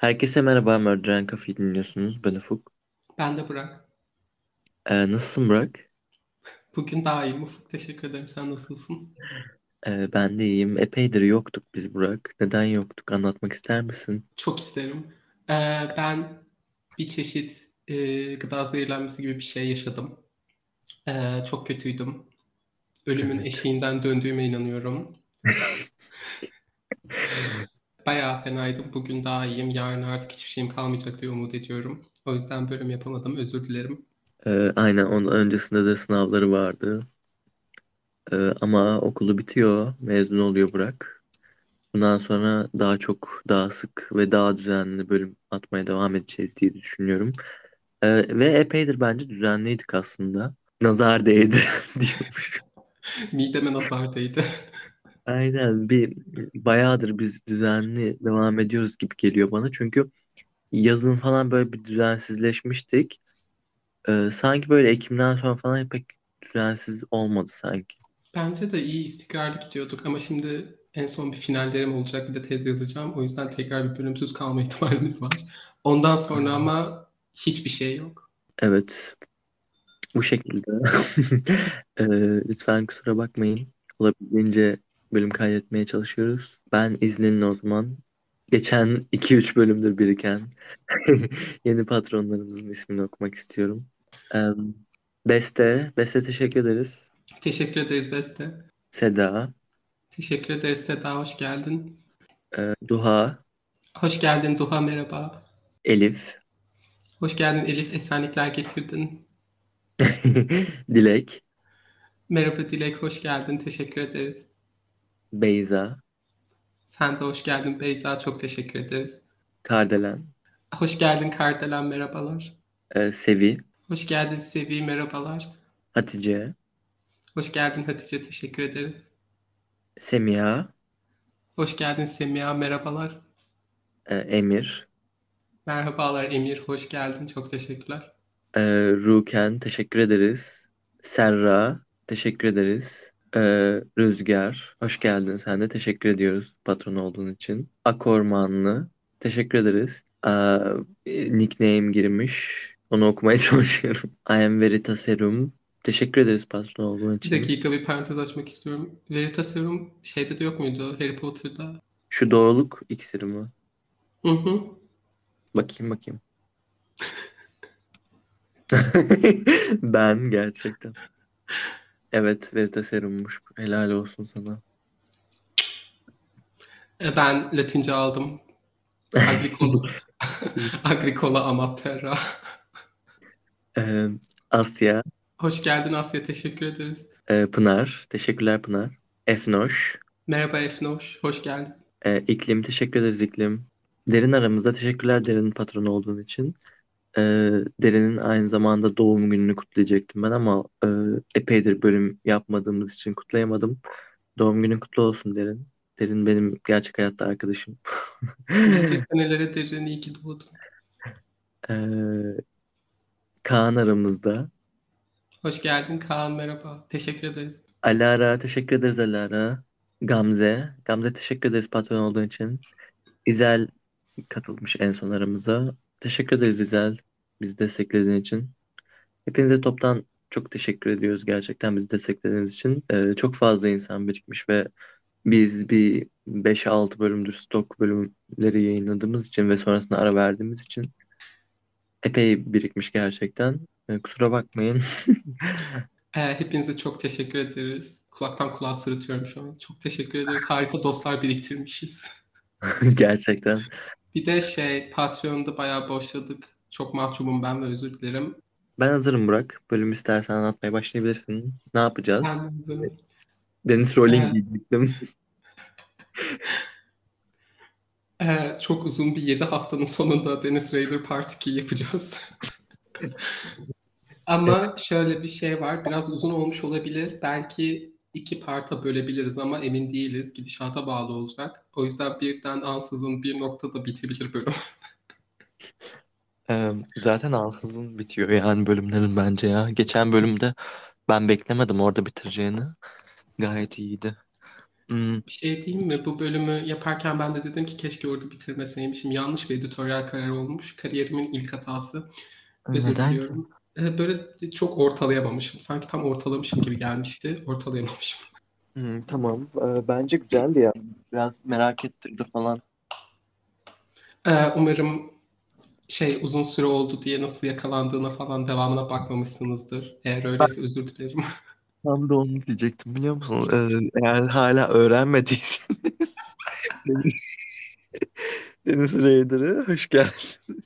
Herkese merhaba, Murder Coffee dinliyorsunuz. Ben Ufuk. Ben de Burak. Nasılsın Burak? Bugün daha iyiyim Ufuk. Teşekkür ederim. Sen nasılsın? Ben de iyiyim. Epeydir yoktuk biz Burak. Neden yoktuk? Anlatmak ister misin? Çok isterim. Ben bir çeşit gıda zehirlenmesi gibi bir şey yaşadım. Çok kötüydüm. Ölümün Evet. eşiğinden döndüğüme inanıyorum. Bayağı fenaydım. Bugün daha iyiyim. Yarın artık hiçbir şeyim kalmayacak diye umut ediyorum. O yüzden bölüm yapamadım. Özür dilerim. Aynen onun öncesinde de sınavları vardı. Ama okulu bitiyor. Mezun oluyor Burak. Bundan sonra daha çok, daha sık ve daha düzenli bölüm atmaya devam edeceğiz diye düşünüyorum. Ve epeydir bence düzenliydik aslında. Nazar değdi diyormuş. Mideme nazar değdi. Aynen bayağıdır biz düzenli devam ediyoruz gibi geliyor bana. Çünkü yazın falan böyle bir düzensizleşmiştik. Sanki böyle Ekim'den sonra falan pek düzensiz olmadı sanki. Bence de iyi istikrarlı gidiyorduk ama şimdi en son bir finallerim olacak, bir de tez yazacağım. O yüzden tekrar bir bölümsüz kalma ihtimalimiz var. Ondan sonra ama hiçbir şey yok. Evet, bu şekilde. Ee, Lütfen kusura bakmayın. Olabildiğince bölüm kaydetmeye çalışıyoruz. Ben izninle o zaman. Geçen 2-3 bölümdür biriken yeni patronlarımızın ismini okumak istiyorum. Ee, Beste teşekkür ederiz. Teşekkür ederiz Beste. Seda, Teşekkür ederiz Seda, hoş geldin. Duha, Hoş geldin Duha, merhaba. Elif, Hoş geldin Elif, esenlikler getirdin. Dilek, Merhaba Dilek, hoş geldin. Teşekkür ederiz. Beyza, Sen de hoş geldin Beyza, çok teşekkür ederiz. Kardelen, Hoş geldin Kardelen, merhabalar. Sevi, Hoş geldin Sevi, merhabalar. Hatice, Hoş geldin Hatice, teşekkür ederiz. Semiha, Hoş geldin Semiha, merhabalar. Emir, Merhabalar Emir, hoş geldin. Çok teşekkürler. Ruken teşekkür ederiz. Serra teşekkür ederiz. Rüzgar hoş geldin, sen de teşekkür ediyoruz patron olduğun için. Akormanlı teşekkür ederiz. Nickname girmiş, onu okumaya çalışıyorum. I am Veritaserum teşekkür ederiz patron olduğun Bir için. dakika, bir parantez açmak istiyorum. Veritaserum şeyde de yok muydu? Harry Potter'da. Şu doğruluk iksiri mi? Hı hı. Bakayım. Ben gerçekten. Evet, Veritaserum'muş. Helal olsun sana. Ben Latince aldım. Agricola. Agricola Amaterra. Ee, Asya, Hoş geldin Asya, teşekkür ederiz. Pınar. Teşekkürler Pınar. Efnoş, Merhaba Efnoş, hoş geldin. İklim. Teşekkür ederiz İklim. Derin aramızda. Teşekkürler Derin'in patronu olduğun için. Derin'in aynı zamanda doğum gününü kutlayacaktım ben ama epeydir bölüm yapmadığımız için kutlayamadım. Doğum günün kutlu olsun Derin. Derin benim gerçek hayatta arkadaşım. Nice senelere derin, iyi ki doğdun. Ee, Kaan aramızda. Hoş geldin Kaan, merhaba. Teşekkür ederiz. Alara teşekkür ederiz Alara. Gamze. Gamze teşekkür ederiz patron olduğun için. İzel katılmış en son aramıza. Teşekkür ederiz İzel, bizi desteklediğin için. Hepinize toptan çok teşekkür ediyoruz gerçekten bizi desteklediğiniz için. Çok fazla insan birikmiş ve biz bir 5-6 bölümdür stok bölümleri yayınladığımız için ve sonrasında ara verdiğimiz için epey birikmiş gerçekten. Kusura bakmayın. Hepinize çok teşekkür ederiz. Kulaktan kulağa sırıtıyorum şu an. Çok teşekkür ederiz. Harika dostlar biriktirmişiz. Gerçekten. Bir de Patreon'da bayağı boşladık. Çok mahcubum ben ve özür dilerim. Ben hazırım Burak. Bölüm istersen anlatmaya başlayabilirsin. Ne yapacağız? Ben de hazırım. Dennis Rolling Ee, diyecektim. Çok uzun bir 7 haftanın sonunda Dennis Rader Part 2 yapacağız. Ama şöyle bir şey var. Biraz uzun olmuş olabilir. Belki iki parta bölebiliriz ama emin değiliz. Gidişata bağlı olacak. O yüzden birden ansızın bir noktada bitebilir bölüm. Zaten ansızın bitiyor yani bölümlerin bence ya. Geçen bölümde ben beklemedim orada bitireceğini. Gayet iyiydi. Hmm, Bir şey diyeyim mi? Bu bölümü yaparken ben de dedim ki keşke orada bitirmeseymişim. Yanlış bir editoryal karar olmuş. Kariyerimin ilk hatası. Özür neden ki? diliyorum. Böyle çok ortalayamamışım. Sanki tam ortalamışım gibi gelmişti. Ortalayamamışım. Tamam. Bence güzeldi ya. Biraz merak ettirdi falan. Umarım uzun süre oldu diye nasıl yakalandığına falan devamına bakmamışsınızdır. Eğer öyleyse özür dilerim. Tam da onu diyecektim biliyor musun? Eğer hala öğrenmediyseniz Deniz, Deniz Raider'ı hoş geldin.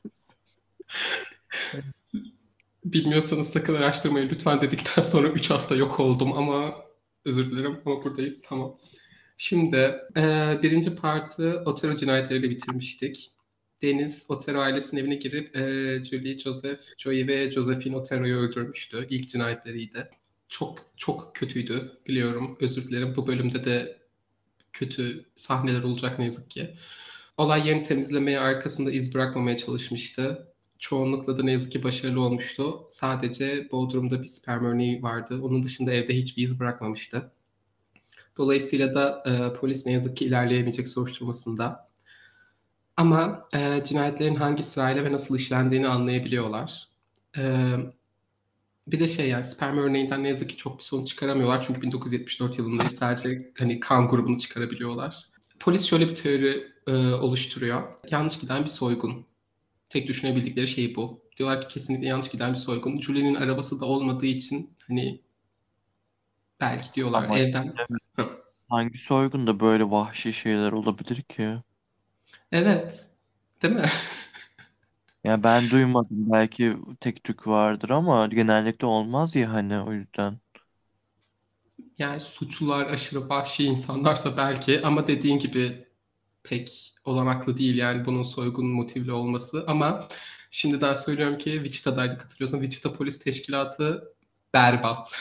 Bilmiyorsanız sakın araştırmayın lütfen dedikten sonra 3 hafta yok oldum ama özür dilerim ama buradayız tamam. Şimdi birinci partı Otero cinayetleriyle bitirmiştik. Deniz Otero ailesinin evine girip Julie, Joseph, Joey ve Josephine Otero'yu öldürmüştü. İlk cinayetleriydi. Çok çok kötüydü biliyorum. Özür dilerim. Bu bölümde de kötü sahneler olacak ne yazık ki. Olay yerini temizlemeye arkasında iz bırakmamaya çalışmıştı. Çoğunlukla da ne yazık ki başarılı olmuştu. Sadece Bodrum'da bir sperm örneği vardı. Onun dışında evde hiçbir iz bırakmamıştı. Dolayısıyla da polis ne yazık ki ilerleyemeyecek soruşturmasında. Ama cinayetlerin hangi sırayla ve nasıl işlendiğini anlayabiliyorlar. E, Bir de yani sperm örneğinden ne yazık ki çok bir sonuç çıkaramıyorlar. Çünkü 1974 yılındayız. Sadece hani kan grubunu çıkarabiliyorlar. Polis şöyle bir teori oluşturuyor. Yanlış giden bir soygun. Tek düşünebildikleri şey bu. Diyorlar ki kesinlikle yanlış giden bir soygun. Julie'nin arabası da olmadığı için hani belki diyorlar Ama evden. hangi soygunda böyle vahşi şeyler olabilir ki? Evet. Değil mi? Ya ben duymadım. Belki tek tük vardır ama genellikle olmaz ya hani o yüzden. Yani suçlular aşırı vahşi insanlarsa belki ama dediğin gibi pek olanaklı değil yani bunun soygun motivli olması. Ama şimdiden söylüyorum ki Wichita'daydık hatırlıyorsun. Wichita Polis Teşkilatı berbat.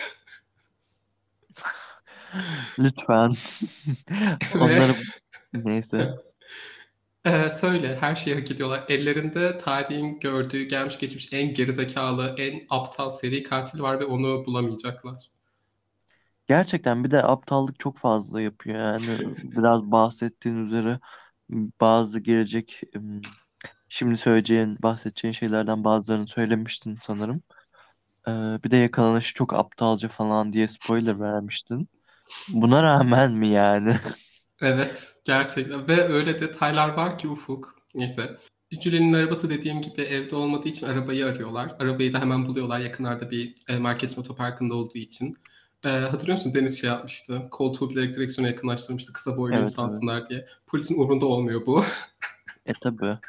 Lütfen. Ve Onları neyse. söyle her şeyi hak ediyorlar. Ellerinde tarihin gördüğü gelmiş geçmiş en gerizekalı, en aptal seri katil var ve onu bulamayacaklar. Gerçekten bir de aptallık çok fazla yapıyor yani. Biraz bahsettiğin üzere bazı gelecek şimdi söyleyeceğin, bahsedeceğin şeylerden bazılarını söylemiştin sanırım. Bir de yakalanışı çok aptalca falan diye spoiler vermiştin. Buna rağmen mi yani? Evet, gerçekten. Ve öyle detaylar var ki Ufuk. Neyse. Julien'in arabası dediğim gibi evde olmadığı için arabayı arıyorlar. Arabayı da hemen buluyorlar yakınlarda bir market otoparkında olduğu için. Hatırlıyor musun Deniz şey yapmıştı. Koltuğu bilerek direksiyona yakınlaştırmıştı kısa boyluyum Evet, evet. sansınlar diye. Polisin umurunda olmuyor bu. Tabii.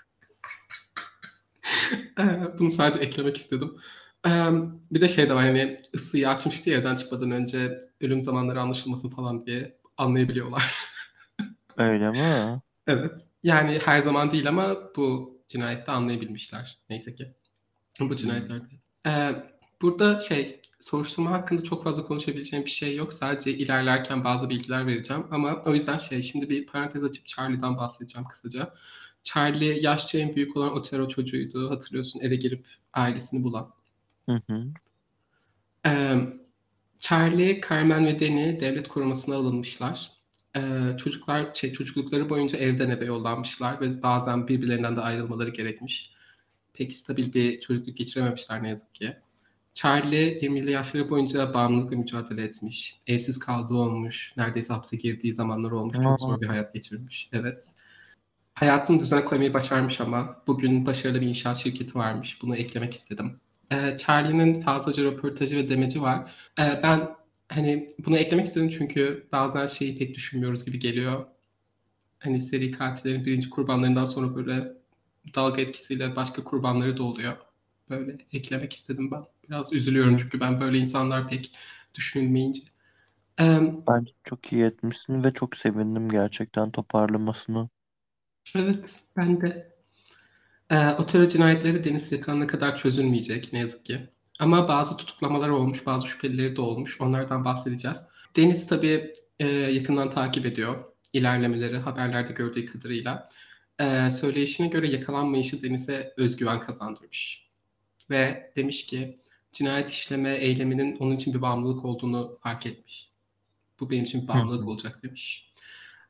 Bunu sadece eklemek istedim. E, Bir de şey de var hani ısıyı açmıştı ya evden çıkmadan önce ölüm zamanları anlaşılmasın falan diye anlayabiliyorlar. Öyle mi? Evet. Yani her zaman değil ama bu cinayette anlayabilmişler. Neyse ki. Bu Hmm. cinayetlerde. Ee, Burada soruşturma hakkında çok fazla konuşabileceğim bir şey yok. Sadece ilerlerken bazı bilgiler vereceğim. Ama o yüzden şimdi bir parantez açıp Charlie'den bahsedeceğim kısaca. Charlie yaşça en büyük olan Otero çocuğuydu. Hatırlıyorsun eve girip ailesini bulan. Hı hı. Ee, Charlie, Carmen ve Danny devlet korumasına alınmışlar. Çocuklar çocuklukları boyunca evden eve yollanmışlar ve bazen birbirlerinden de ayrılmaları gerekmiş. Pek stabil bir çocukluk geçirememişler ne yazık ki. Charlie 20'li yaşları boyunca bağımlılıkla mücadele etmiş. Evsiz kaldığı olmuş. Neredeyse hapse girdiği zamanlar olmuş. Çok zor bir Aa, hayat geçirmiş. Evet. Hayatını düzene koymayı başarmış ama bugün başarılı bir inşaat şirketi varmış. Bunu eklemek istedim. Charlie'nin fazlaca röportajı ve demeci var. Ben hani bunu eklemek istedim çünkü bazen şeyi pek düşünmüyoruz gibi geliyor. Hani seri katillerin birinci kurbanlarından sonra böyle dalga etkisiyle başka kurbanları da oluyor. Böyle eklemek istedim ben. Biraz üzülüyorum çünkü ben böyle insanlar pek düşünülmeyince. Ee, bence çok iyi etmişsin ve çok sevindim gerçekten toparlamasını. evet ben de. O tür cinayetleri Deniz Yakan'ına kadar çözülmeyecek ne yazık ki. Ama bazı tutuklamalar olmuş, bazı şüphelileri de olmuş. Onlardan bahsedeceğiz. Deniz tabii yakından takip ediyor ilerlemeleri haberlerde gördüğü kadarıyla. Söyleyişine göre yakalanmayışı Deniz'e özgüven kazandırmış. Ve demiş ki cinayet işleme eyleminin onun için bir bağımlılık olduğunu fark etmiş. Bu benim için bir Hı bağımlılık hı. olacak demiş.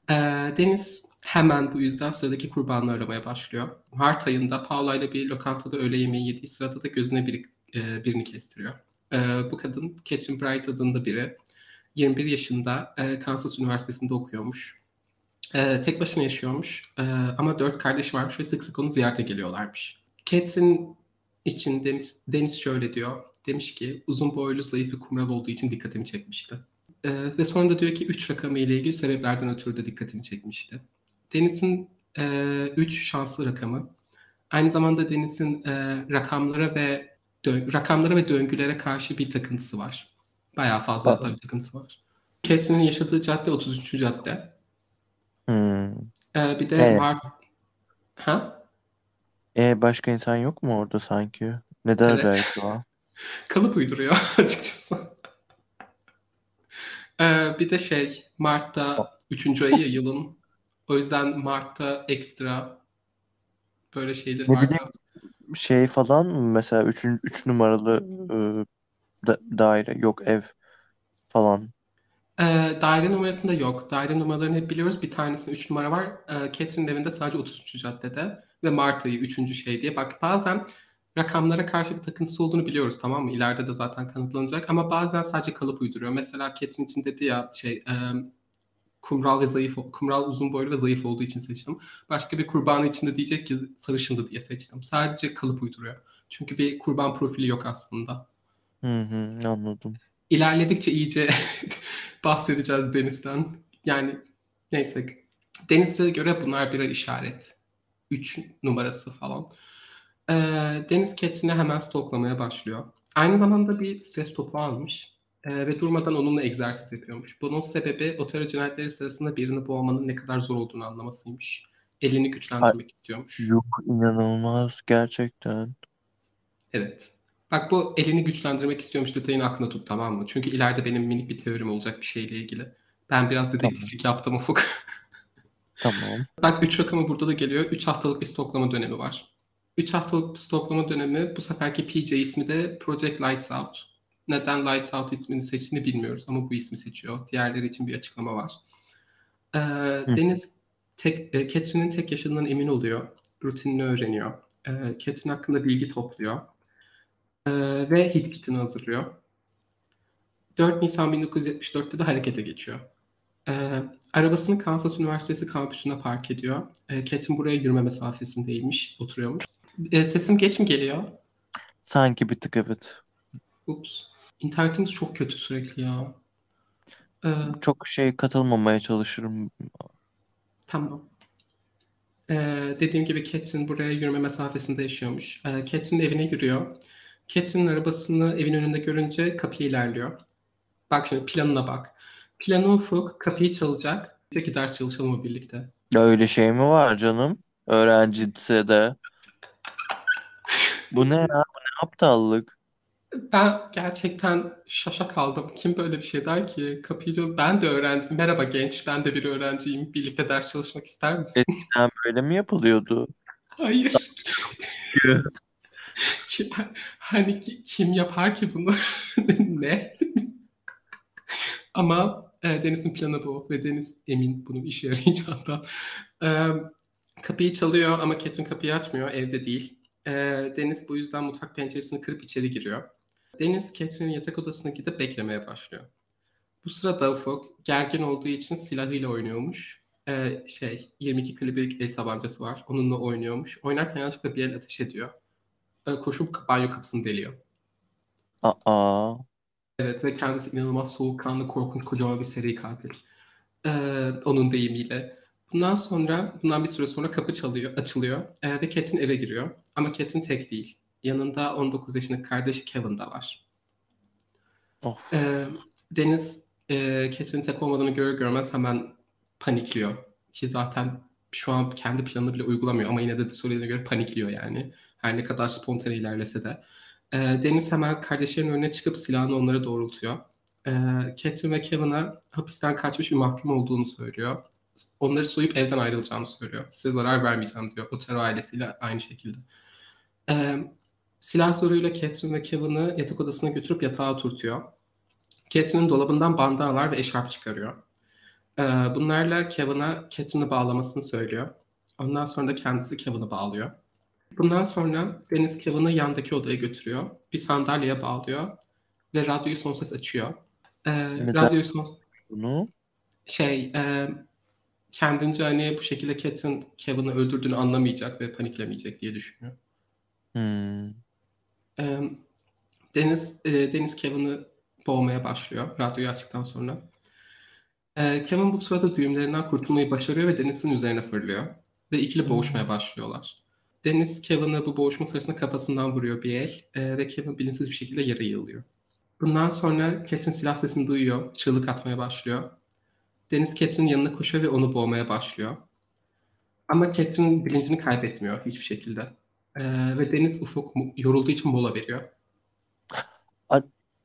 Ee, Deniz hemen bu yüzden sıradaki kurbanını aramaya başlıyor. Mart ayında Paula ile bir lokantada öğle yemeği yediği sırada da gözüne birini kestiriyor. Bu kadın Catherine Bright adında biri. 21 yaşında, Kansas Üniversitesi'nde okuyormuş. Tek başına yaşıyormuş. Ama 4 kardeş varmış ve sık sık onu ziyarete geliyorlarmış. Catherine için Deniz şöyle diyor. Demiş ki uzun boylu, zayıf ve kumral olduğu için dikkatimi çekmişti. Ve sonra da diyor ki 3 rakamı ile ilgili sebeplerden ötürü de dikkatimi çekmişti. Deniz'in 3 şanslı rakamı. Aynı zamanda Deniz'in rakamlara ve döngülere karşı bir takıntısı var. Bayağı fazla hatta Aa. bir takıntısı var. Catherine'in yaşadığı cadde 33. cadde. Hmm. Bir de E, Mart... Ha? başka insan yok mu orada sanki? Neden Evet. özellikle o? Kalıp uyduruyor açıkçası. Bir de Mart'ta 3. ayı ya yılın. O yüzden Mart'ta ekstra böyle şeyler Ne var bileyim, biraz. şey falan mı mesela, 3 numaralı daire yok, ev falan. Daire numarasında yok. Daire numaralarını hep biliyoruz. Bir tanesinde 3 numara var. Catherine'in evinde sadece 33. caddede. Ve Mart ayı 3. şey diye. Bak bazen rakamlara karşı bir takıntısı olduğunu biliyoruz, tamam mı? İleride de zaten kanıtlanacak. Ama bazen sadece kalıp uyduruyor. Mesela Catherine için dedi ya kumral uzun boylu ve zayıf olduğu için seçtim. Başka bir kurbanı için de diyecek ki sarışındı diye seçtim. Sadece kalıp uyduruyor. Çünkü bir kurban profili yok aslında. Hı hı, anladım. İlerledikçe iyice bahsedeceğiz Deniz'den. Yani neyse. Deniz'e göre bunlar birer işaret. 3 numarası falan. Ee, Deniz Catherine'i hemen stalklamaya başlıyor. Aynı zamanda bir stres topu almış. Ve durmadan onunla egzersiz yapıyormuş. Bunun sebebi otero cinayetleri sırasında birini boğmanın ne kadar zor olduğunu anlamasıymış. Elini Ay, güçlendirmek istiyormuş. yok, inanılmaz gerçekten. Evet. Bak bu elini güçlendirmek istiyormuş detayını aklında tut, tamam mı? Çünkü ileride benim minik bir teorim olacak bir şeyle ilgili. Ben biraz Tamam. dedektiflik yaptım Ufuk. Tamam. Bak 3 rakamı burada da geliyor. 3 haftalık bir stoklama dönemi var. 3 haftalık bir stoklama dönemi, bu seferki PJ ismi de Project Lights Out. Neden Lights Out ismini seçtiğini bilmiyoruz ama bu ismi seçiyor. Diğerleri için bir açıklama var. Ee, Hı. Deniz Catherine'in tek yaşadığından emin oluyor. Rutinini öğreniyor. Catherine hakkında bilgi topluyor. Ve hit kitini hazırlıyor. 4 Nisan 1974'te de harekete geçiyor. Arabasını Kansas Üniversitesi kampüsüne park ediyor. Cat'in buraya yürüme mesafesindeymiş, oturuyormuş. Sesim geç mi geliyor? Sanki bir tık, evet. Ups. İnternetimiz çok kötü sürekli ya. Ee, Çok şey katılmamaya çalışırım. tamam. Dediğim gibi Cat'in buraya yürüme mesafesinde yaşıyormuş. Cat'in evine yürüyor. Cat'in arabasını evin önünde görünce kapıya ilerliyor. Bak şimdi planına bak. Planı Ufuk, kapıyı çalacak. Diyecek ki ders çalışalım mı birlikte? Ya öyle şey mi var canım? Öğrenciyse de. Bu ne ya? Bu ne aptallık? Ben gerçekten şaşa kaldım. Kim böyle bir şey der ki? Kapıyı ben de öğrenciyim. Merhaba genç, ben de bir öğrenciyim. Birlikte ders çalışmak ister misin? Eskiden böyle mi yapılıyordu? Hayır. Kim, kim yapar ki bunu? Ne? Ama Deniz'in planı bu ve Deniz emin bunun işe yarayacağından. E, Kapıyı çalıyor ama Catherine kapıyı açmıyor. Evde değil. E, Deniz bu yüzden mutfak penceresini kırıp içeri giriyor. Deniz Catherine'in yatak odasına gidip beklemeye başlıyor. Bu sırada Ufuk gergin olduğu için silahıyla oynuyormuş. 22 kalibrelik el tabancası var. Onunla oynuyormuş. Oynarken yanlışlıkla bir el ateş ediyor. Koşup banyo kapısını deliyor. Aa. Evet ve kendisi inanılmaz soğukkanlı, korkunç, kocaman bir seri katil. Onun deyimiyle. Bundan bir süre sonra kapı açılıyor ve Catherine eve giriyor. Ama Catherine tek değil. Yanında 19 yaşındaki kardeşi Kevin de var. Of. Ee, Deniz Catherine tek olmadığını görür görmez hemen panikliyor. Ki zaten şu an kendi planını bile uygulamıyor ama yine de söylediğine göre panikliyor yani. Her ne kadar spontane ilerlese de. Deniz hemen kardeşlerinin önüne çıkıp silahını onlara doğrultuyor. Ee, Catherine ve Kevin'a hapisten kaçmış bir mahkum olduğunu söylüyor. Onları soyup evden ayrılacağını söylüyor. Size zarar vermeyeceğim diyor. Otero ailesiyle aynı şekilde. Ee, Silah zoruyla Catherine ve Kevin'ı yatak odasına götürüp yatağa oturtuyor. Catherine'in dolabından bandanalar ve eşarp çıkarıyor. Ee, Bunlarla Kevin'a Catherine'ı bağlamasını söylüyor. Ondan sonra da kendisi Kevin'ı bağlıyor. Bundan sonra Deniz Kevin'ı yandaki odaya götürüyor. Bir sandalyeye bağlıyor ve radyoyu son ses açıyor. Neden Radyoyu son bunu? şey kendince hani bu şekilde Catherine Kevin'i öldürdüğünü anlamayacak ve paniklemeyecek diye düşünüyor. Hmm. Ee, Deniz Kevin'i boğmaya başlıyor radyoyu açtıktan sonra. Kevin bu sırada düğümlerinden kurtulmayı başarıyor ve Deniz'in üzerine fırlıyor. Ve ikili boğuşmaya Hmm. başlıyorlar. Deniz Kevin'ı bu boğuşma sırasında kafasından vuruyor bir el ve Kevin bilinçsiz bir şekilde yere yığılıyor. Bundan sonra Catherine silah sesini duyuyor, çığlık atmaya başlıyor. Deniz Catherine'in yanına koşuyor ve onu boğmaya başlıyor. Ama Catherine bilincini kaybetmiyor hiçbir şekilde. Ve Deniz Ufuk yorulduğu için mola veriyor. A-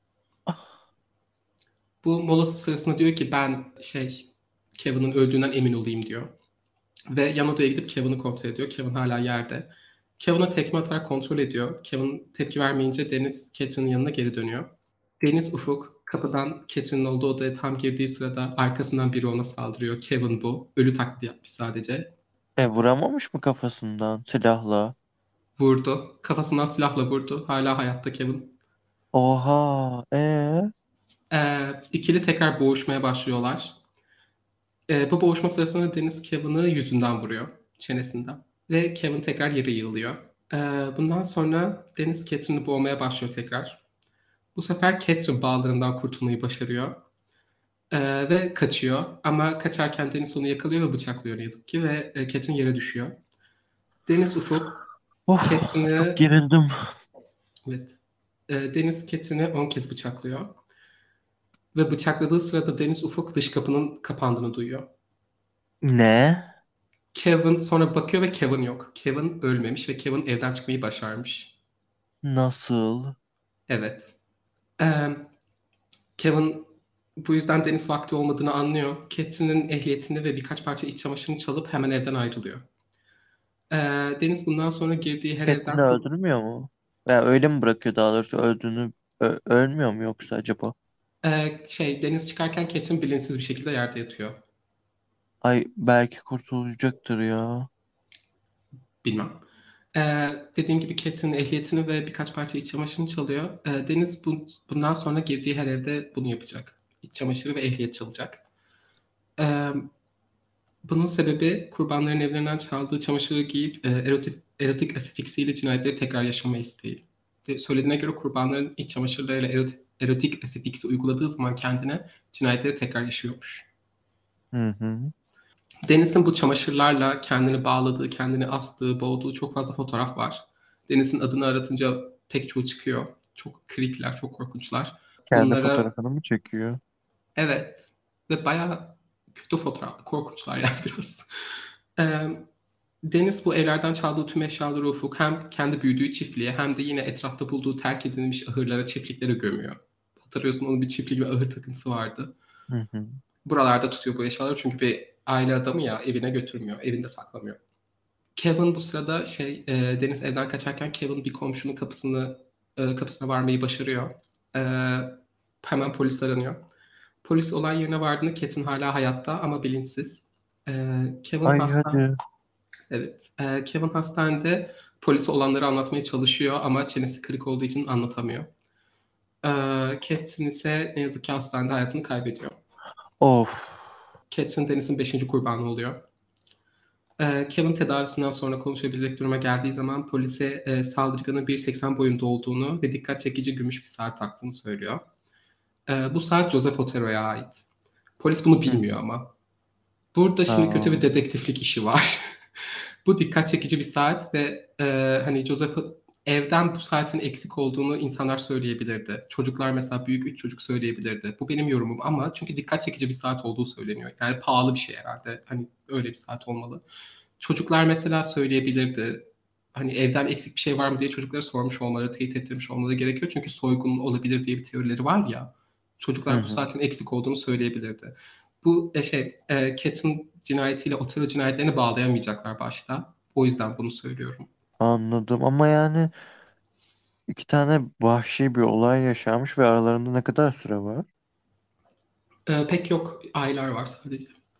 Bu molası sırasında diyor ki ben Kevin'in öldüğünden emin olayım diyor. Ve yan odaya gidip Kevin'i kontrol ediyor. Kevin hala yerde. Kevin'a tekme atarak kontrol ediyor. Kevin tepki vermeyince Deniz Catherine'in yanına geri dönüyor. Deniz Ufuk kapıdan Catherine'in olduğu odaya tam girdiği sırada arkasından biri ona saldırıyor. Kevin bu. Ölü taklidi yapmış sadece. Vuramamış mı kafasından silahla? Vurdu. Kafasından silahla vurdu. Hala hayatta Kevin. Oha. İkili tekrar boğuşmaya başlıyorlar. Bu boğuşma sırasında Deniz Kevin'i yüzünden vuruyor. Çenesinden. Ve Kevin tekrar yere yığılıyor. Ee, Bundan sonra Deniz Catherine'i boğmaya başlıyor tekrar. Bu sefer Catherine bağlarından kurtulmayı başarıyor. Ve kaçıyor. Ama kaçarken Deniz onu yakalıyor ve bıçaklıyor ne yazık ki. Ve Catherine yere düşüyor. Deniz Ufuk Of, çok Catherine'i gerildim. evet, Deniz Catherine'i 10 kez bıçaklıyor. Ve bıçakladığı sırada Deniz Ufuk dış kapının kapandığını duyuyor. Ne? Kevin sonra bakıyor ve Kevin yok. Kevin ölmemiş ve Kevin evden çıkmayı başarmış. Nasıl? Evet. Ee, Kevin bu yüzden deniz vakti olmadığını anlıyor. Catherine'in ehliyetini ve birkaç parça iç çamaşırını çalıp hemen evden ayrılıyor. Ee, Deniz bundan sonra girdiği her Kendini evden öldürmüyor mu? Ya öyle mi bırakıyor daha doğrusu öldüğünü ölmüyor mu yoksa acaba? Deniz çıkarken Catherine bilinçsiz bir şekilde yerde yatıyor. Ay belki kurtulacaktır ya. Bilmem. Dediğim gibi Catherine'in ehliyetini ve birkaç parça iç çamaşırını çalıyor. Deniz bundan sonra girdiği her evde bunu yapacak. İç çamaşırı ve ehliyet çalacak. Ee, Bunun sebebi kurbanların evlerinden çaldığı çamaşırı giyip erotik asifiksiyle cinayetleri tekrar yaşama isteği. Söylediğine göre kurbanların iç çamaşırlarıyla erotik asifiksi uyguladığı zaman kendine cinayetleri tekrar yaşıyormuş. Hı hı. Deniz'in bu çamaşırlarla kendini bağladığı, kendini astığı, boğduğu çok fazla fotoğraf var. Deniz'in adını aratınca pek çoğu çıkıyor. Çok creepy'ler, çok korkunçlar. Kendi Bunlara fotoğrafını mı çekiyor? evet ve bayağı kötü fotoğraf, korkunçlar yani biraz. Ee, Deniz bu evlerden çaldığı tüm eşyaları Ufuk hem kendi büyüdüğü çiftliğe hem de yine etrafta bulduğu terk edilmiş ahırlara, çiftliklere gömüyor. Hatırlıyorsun onun bir çiftlik ve ahır takıntısı vardı. Hı hı. Buralarda tutuyor bu eşyaları çünkü bir aile adamı ya evine götürmüyor, evinde saklamıyor. Kevin bu sırada Deniz evden kaçarken Kevin bir komşunun kapısına varmayı başarıyor. E, Hemen polis aranıyor. Polis olay yerine vardığında Catherine hala hayatta ama bilinçsiz. Kevin Ay hasta. hadi. Evet. Kevin hastanede polise olanları anlatmaya çalışıyor ama çenesi kırık olduğu için anlatamıyor. Catherine ise ne yazık ki hastanede hayatını kaybediyor. Of. Catherine Deniz'in beşinci kurbanı oluyor. Kevin tedavisinden sonra konuşabilecek duruma geldiği zaman polise saldırganın 1,80 boyunda olduğunu ve dikkat çekici gümüş bir saat taktığını söylüyor. Bu saat Joseph Otero'ya ait. Polis bunu Hı bilmiyor hı. ama. Burada şimdi kötü bir Aa. dedektiflik işi var. Bu dikkat çekici bir saat ve hani Joseph evden bu saatin eksik olduğunu insanlar söyleyebilirdi. Çocuklar mesela büyük 3 çocuk söyleyebilirdi. Bu benim yorumum ama çünkü dikkat çekici bir saat olduğu söyleniyor. Yani pahalı bir şey herhalde. Hani öyle bir saat olmalı. Çocuklar mesela söyleyebilirdi. Hani evden eksik bir şey var mı diye çocuklara sormuş olmaları, teyit ettirmiş olmaları gerekiyor. Çünkü soygun olabilir diye bir teorileri var ya. Hı Çocuklar bu hı. saatin eksik olduğunu söyleyebilirdi. Bu Cat'in cinayetiyle Otero cinayetlerini bağlayamayacaklar başta. O yüzden bunu söylüyorum. Anladım ama yani iki tane vahşi bir olay yaşanmış ve aralarında ne kadar süre var? Pek yok aylar var sadece.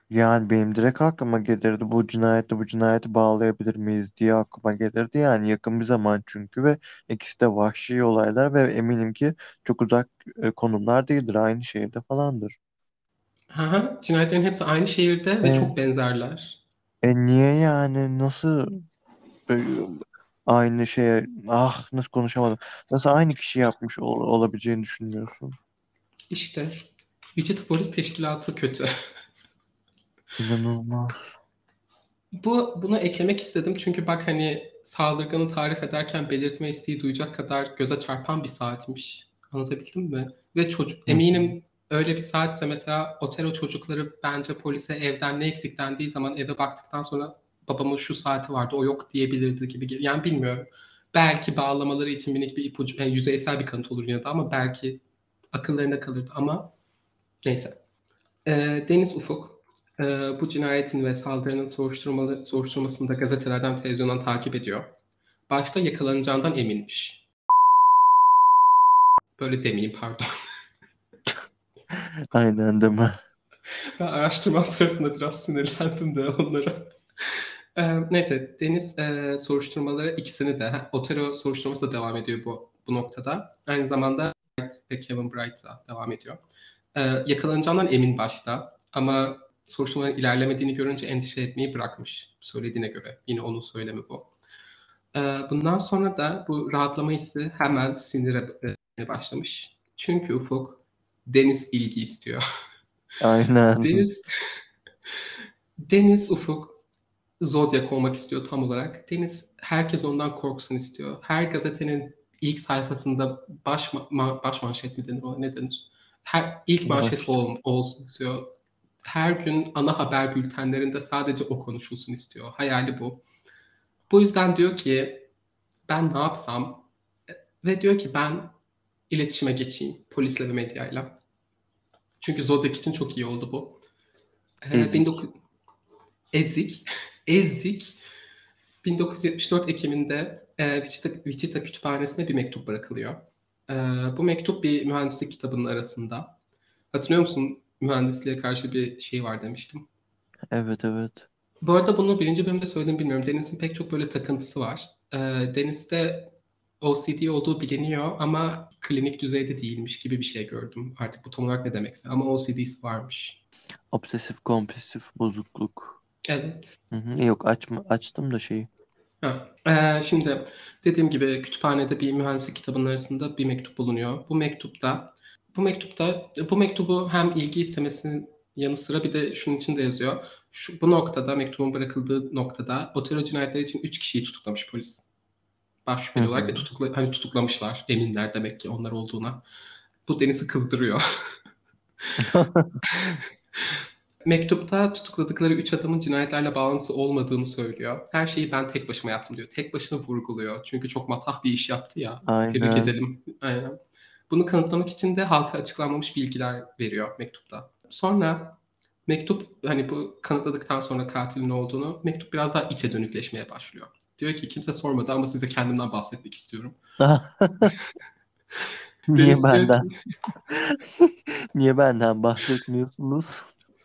Yani benim direkt aklıma gelirdi, bu cinayette bu cinayeti bağlayabilir miyiz diye aklıma gelirdi. Yani yakın bir zaman çünkü ve ikisi de vahşi olaylar ve eminim ki çok uzak konumlar değildir. Aynı şehirde falandır. Haha, cinayetlerin hepsi aynı şehirde ve E, çok benzerler. niye yani, nasıl böyle aynı şeye, nasıl konuşamadım. Nasıl aynı kişi yapmış olabileceğini düşünmüyorsun? İşte Wichita Polis Teşkilatı kötü. İnanılmaz. Bunu eklemek istedim çünkü bak hani saldırganı tarif ederken belirtme isteği duyacak kadar göze çarpan bir saatmiş. Anlatabildim mi? Ve çocuk Hı hı. eminim öyle bir saatse mesela Otero çocukları bence polise evden ne eksik dendiği zaman eve baktıktan sonra babamın şu saati vardı o yok diyebilirdi gibi. Yani bilmiyorum. Belki bağlamaları için minik bir ipucu, yani yüzeysel bir kanıt olur yine de ama belki akıllarında kalırdı ama neyse. Deniz Ufuk bu cinayetin ve saldırının soruşturmasını da gazetelerden, televizyondan takip ediyor. Başta yakalanacağından eminmiş. Böyle demeyeyim pardon. Aynen değil mi? Ben araştırma sırasında biraz sinirlendim de onlara. Neyse Deniz soruşturmaları ikisini de Otero soruşturması da devam ediyor bu noktada. Aynı zamanda Bright ve Kevin Bright da devam ediyor. Yakalanacağından emin başta ama soruşturmaların ilerlemediğini görünce endişe etmeyi bırakmış söylediğine göre. Yine onun söylemi bu. Bundan sonra da bu rahatlama hissi hemen sinire başlamış. Çünkü Ufuk Deniz ilgi istiyor. Aynen. Deniz Deniz Ufuk Zodiac olmak istiyor tam olarak. Deniz herkes ondan korksun istiyor. Her gazetenin ilk sayfasında baş manşet mi denir o ne denir? İlk manşet Baş. olsun istiyor. Her gün ana haber bültenlerinde sadece o konuşulsun istiyor. Hayali bu. Bu yüzden diyor ki ben ne yapsam ve diyor ki ben iletişime geçeyim polisle ve medyayla. Çünkü Zodiac için çok iyi oldu bu. Ee, Ezik. 19... Ezik. Ezik 1974 Ekim'inde Wichita Kütüphanesi'ne bir mektup bırakılıyor. E, Bu mektup bir mühendislik kitabının arasında. Hatırlıyor musun? Mühendisliğe karşı bir şey var demiştim. Evet, evet. Bu arada bunu birinci bölümde söyledim bilmiyorum. Deniz'in pek çok böyle takıntısı var. Deniz'de OCD olduğu biliniyor ama klinik düzeyde değilmiş gibi bir şey gördüm. Artık bu tam olarak ne demekse ama OCD'si varmış. Obsesif kompulsif bozukluk. Evet. Hı hı. Yok, açtım da şeyi. Ha, şimdi dediğim gibi kütüphanede bir mühendislik kitabının arasında bir mektup bulunuyor. Bu mektubu hem ilgi istemesinin yanı sıra bir de şunun için de yazıyor. Bu noktada mektubun bırakıldığı noktada Otero cinayetleri için 3 kişiyi tutuklamış polis. Baş Hı şüpheli olarak ve hı. hani tutuklamışlar. Eminler demek ki onlar olduğuna. Bu Deniz'i kızdırıyor. Mektupta tutukladıkları 3 adamın cinayetlerle bağlantısı olmadığını söylüyor. Her şeyi ben tek başıma yaptım diyor. Tek başına vurguluyor. Çünkü çok matah bir iş yaptı ya. Tebrik Aynen. edelim. Aynen. Bunu kanıtlamak için de halka açıklanmamış bilgiler veriyor mektupta. Sonra mektup hani bu kanıtladıktan sonra katilin olduğunu mektup biraz daha içe dönükleşmeye başlıyor. Diyor ki kimse sormadı ama size kendimden bahsetmek istiyorum. Niye Deniz diyor benden? ki Niye benden bahsetmiyorsunuz?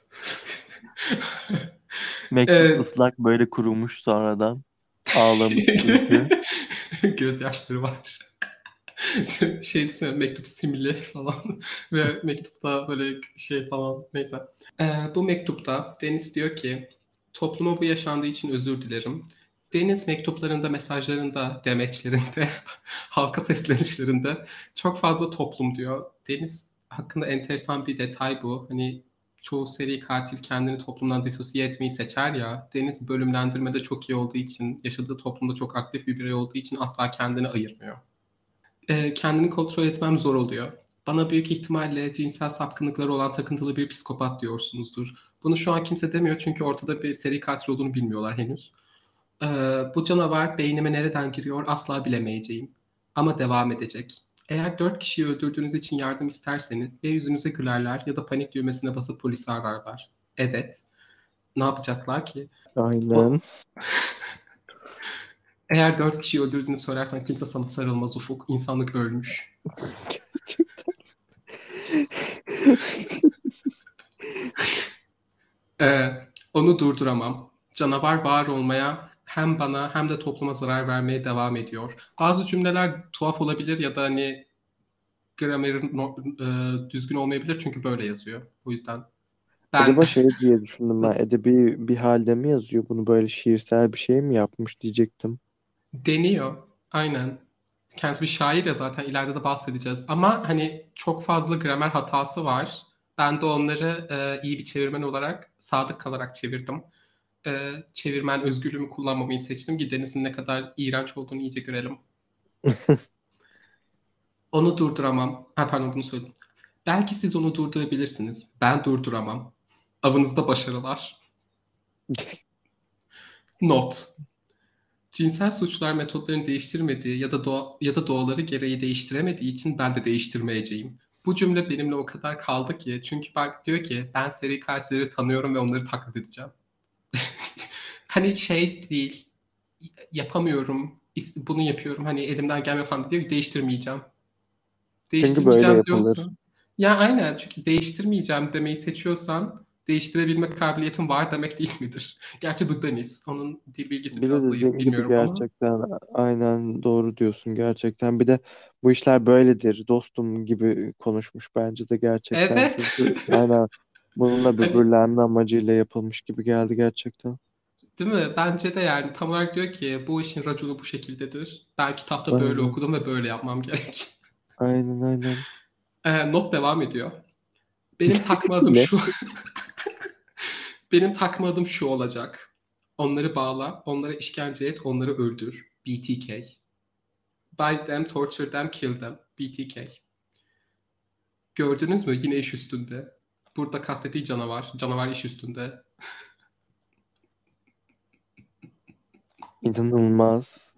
Mektup evet. ıslak, böyle kurumuş sonradan. Ağlamış çünkü. Gözyaşları var. Şey düşünüyorum mektup simli falan ve mektupta böyle şey falan neyse. Bu mektupta Deniz diyor ki topluma bu yaşandığı için özür dilerim. Deniz mektuplarında, mesajlarında, demeçlerinde, halka seslenişlerinde çok fazla toplum diyor. Deniz hakkında enteresan bir detay bu. Hani çoğu seri katil kendini toplumdan disosiye etmeyi seçer ya. Deniz bölümlendirmede çok iyi olduğu için, yaşadığı toplumda çok aktif bir birey olduğu için asla kendini ayırmıyor. Kendini kontrol etmem zor oluyor. Bana büyük ihtimalle cinsel sapkınlıkları olan takıntılı bir psikopat diyorsunuzdur. Bunu şu an kimse demiyor çünkü ortada bir seri katil olduğunu bilmiyorlar henüz. Ee, Bu canavar beynime nereden giriyor asla bilemeyeceğim. Ama devam edecek. Eğer 4 kişiyi öldürdüğünüz için yardım isterseniz ya yüzünüze gülerler ya da panik düğmesine basıp polisi ararlar. Evet. Ne yapacaklar ki? O, Aynen. eğer 4 kişiyi öldürdüğünü söylersen kimse sana sarılmaz Ufuk. İnsanlık ölmüş. Ee, Onu durduramam. Canavar var olmaya hem bana hem de topluma zarar vermeye devam ediyor. Bazı cümleler tuhaf olabilir ya da hani gramerin düzgün olmayabilir çünkü böyle yazıyor. O yüzden ben Acaba şey diye düşündüm ben, edebi bir halde mi yazıyor bunu, böyle şiirsel bir şey mi yapmış diyecektim. deniyor. Aynen. Kendisi bir şair ya zaten ileride de bahsedeceğiz. Ama hani çok fazla gramer hatası var. Ben de onları iyi bir çevirmen olarak sadık kalarak çevirdim. Çevirmen özgürlüğümü kullanmamayı seçtim ki Deniz'in ne kadar iğrenç olduğunu iyice görelim. Onu durduramam. Ha, pardon bunu söyledim. Belki siz onu durdurabilirsiniz. Ben durduramam. Avınızda başarılar. Not. Cinsel suçlar metotlarını değiştirmediği ya da doğaları gereği değiştiremediği için ben de değiştirmeyeceğim. Bu cümle benimle o kadar kaldı ki çünkü bak diyor ki ben seri katilleri tanıyorum ve onları taklit edeceğim. Hani şey değil, yapamıyorum, bunu yapıyorum, hani elimden gelmiyor falan diyor, değiştirmeyeceğim. Çünkü böyle Değiştirmeyeceğim yapılır. diyorsan. Ya aynen, çünkü değiştirmeyeceğim demeyi seçiyorsan değiştirebilme kabiliyetin var demek değil midir? Gerçi bu Deniz. Onun dil bilgisi Bir de biraz zayıf dediğin gibi bilmiyorum ama. gerçekten aynen doğru diyorsun gerçekten. Bir de bu işler böyledir dostum gibi konuşmuş bence de gerçekten. Evet. Çünkü aynen bununla Hani böbürlenme amacıyla yapılmış gibi geldi gerçekten. değil mi? Bence de yani tam olarak diyor ki bu işin raconu bu şekildedir. Ben kitapta böyle Aynen. okudum ve böyle yapmam gerek. Aynen aynen. Not devam ediyor. Benim takma adım Ne? şu. Benim takma adım şu olacak. Onları bağla, onlara işkence et, onları öldür. BTK. Bind them, torture them, kill them. BTK. Gördünüz mü? Yine iş üstünde. Burada kastettiği canavar. Canavar iş üstünde. İnanılmaz.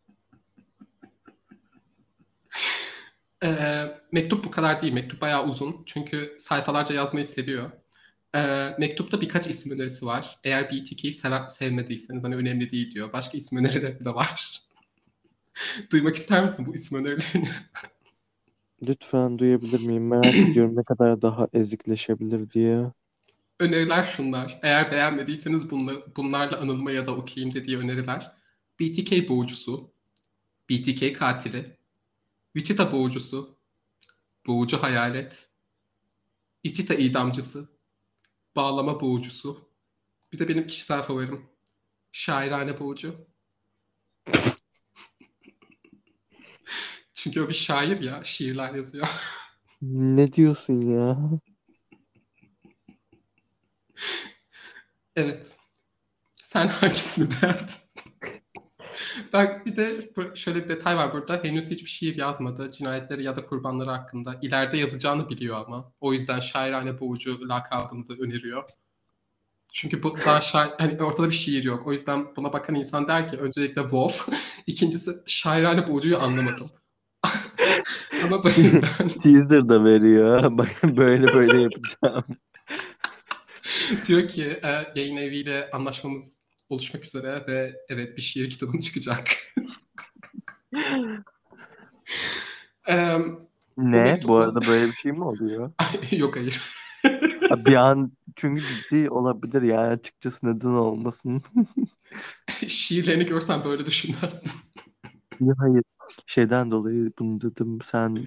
Mektup bu kadar değil. Mektup bayağı uzun. Çünkü sayfalarca yazmayı seviyor. Mektupta birkaç isim önerisi var. Eğer BTK'yi sevmediyseniz hani önemli değil diyor. Başka isim önerileri de var. Duymak ister misin bu isim önerilerini? Lütfen duyabilir miyim? Merak ediyorum ne kadar daha ezikleşebilir diye. Öneriler şunlar. Eğer beğenmediyseniz bunlarla anılma ya da okuyayım dediği öneriler. BTK boğucusu, BTK katili, Wichita boğucusu, boğucu hayalet, Ichita idamcısı, bağlama boğucusu. Bir de benim kişisel favorim. Şairane boğucu. Çünkü o bir şair ya. Şiirler yazıyor. Ne diyorsun ya? Evet. Sen hangisini beğendin? Bak bir de şöyle bir detay var burada. Henüz hiçbir şiir yazmadı. Cinayetleri ya da kurbanları hakkında. İleride yazacağını biliyor ama. O yüzden şairane boğucu lakabını da öneriyor. Çünkü bu daha hani ortada bir şiir yok. O yüzden buna bakan insan der ki öncelikle Wolf. İkincisi şairane boğucuyu anlamadım. Ama bu yüzden Teaser da veriyor. Bakın böyle böyle yapacağım. diyor ki yayın eviyle anlaşmamız oluşmak üzere ve evet bir şiir kitabım çıkacak. E, Bu Ne? Bu mektupla arada böyle bir şey mi oluyor? yok hayır. Bir an çünkü ciddi olabilir yani, açıkçası neden olmasın? Şiirlerini görsen böyle düşünmezsin. Ya hayır. Şeyden dolayı bunu dedim. Sen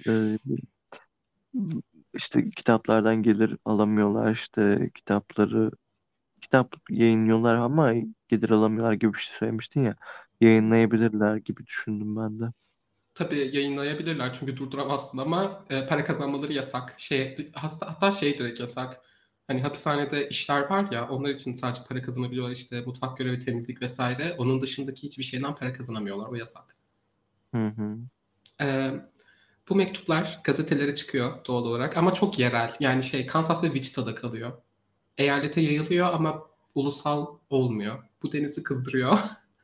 işte kitaplardan gelir alamıyorlar, işte kitap yayınlıyorlar ama gelir alamıyorlar gibi bir şey söylemiştin ya. Yayınlayabilirler gibi düşündüm ben de. Tabii yayınlayabilirler çünkü durduramazsın ama para kazanmaları yasak. Hatta şey direkt yasak. Hani hapishanede işler var ya onlar için sadece para kazanabiliyorlar işte mutfak görevi, temizlik vesaire. Onun dışındaki hiçbir şeyden para kazanamıyorlar. O yasak. Hı hı. E, Bu mektuplar gazetelere çıkıyor doğal olarak ama çok yerel. Yani Kansas ve Wichita'da kalıyor. Eyalete yayılıyor ama ulusal olmuyor. Bu Deniz'i kızdırıyor.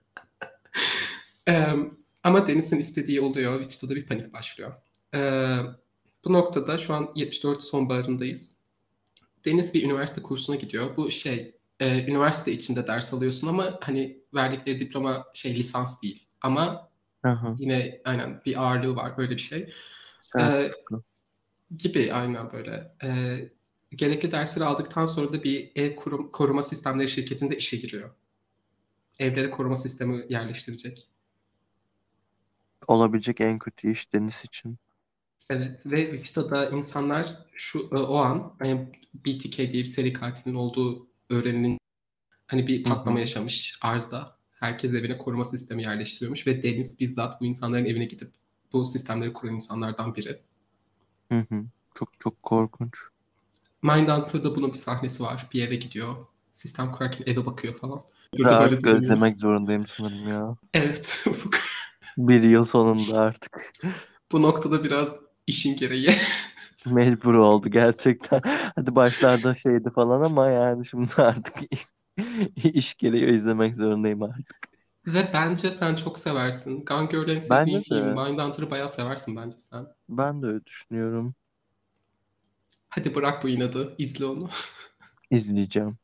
Ee, Ama Deniz'in istediği oluyor. Wichita'da bir panik başlıyor. Ee, Bu noktada şu an 74 sonbaharındayız. Deniz bir üniversite kursuna gidiyor. Bu üniversite içinde ders alıyorsun ama hani verdikleri diploma lisans değil. Ama Aha. yine aynen bir ağırlığı var böyle bir şey. Ee, Sertifika. Gibi aynen böyle. Gerekli dersleri aldıktan sonra da bir koruma sistemleri şirketinde işe giriyor. Evlere koruma sistemi yerleştirecek. Olabilecek en kötü iş Deniz için. Evet ve Wikida'da insanlar o an hani BTK diye bir seri katilin olduğu öğrenilen hani bir Hı hı. patlama yaşamış arzda. Herkes evine koruma sistemi yerleştiriyormuş ve Deniz bizzat bu insanların evine gidip bu sistemleri kuran insanlardan biri. Hı hı. Çok çok korkunç. Mindhunter'da bunun bir sahnesi var. Bir eve gidiyor. Sistem kurarken eve bakıyor falan. Ve Burada böyle artık dönüyor. özlemek zorundayım sanırım ya. Evet. Bir yıl sonunda artık. Bu noktada biraz işin gereği. Mecbur oldu gerçekten. Hadi başlarda şeydi falan ama yani şimdi artık iş geliyor, izlemek zorundayım artık. Ve bence sen çok seversin. Gone Girl en sevdiğin Bence film. de. Mindhunter'ı bayağı seversin bence sen. Ben de öyle düşünüyorum. Hadi bırak bu inadı. İzle onu. İzleyeceğim.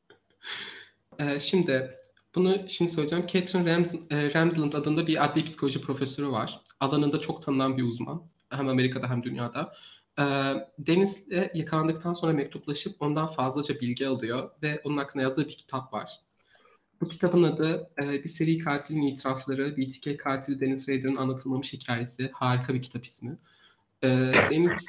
Şimdi şimdi söyleyeceğim. Catherine Ramsland adında bir adli psikoloji profesörü var. Alanında çok tanınan bir uzman. Hem Amerika'da hem dünyada. Ee, Deniz'le yakalandıktan sonra mektuplaşıp ondan fazlaca bilgi alıyor ve onun hakkında yazdığı bir kitap var. Bu kitabın adı bir seri katilin itirafları, BTK katili Dennis Rader'ın anlatılmamış hikayesi. Harika bir kitap ismi. Deniz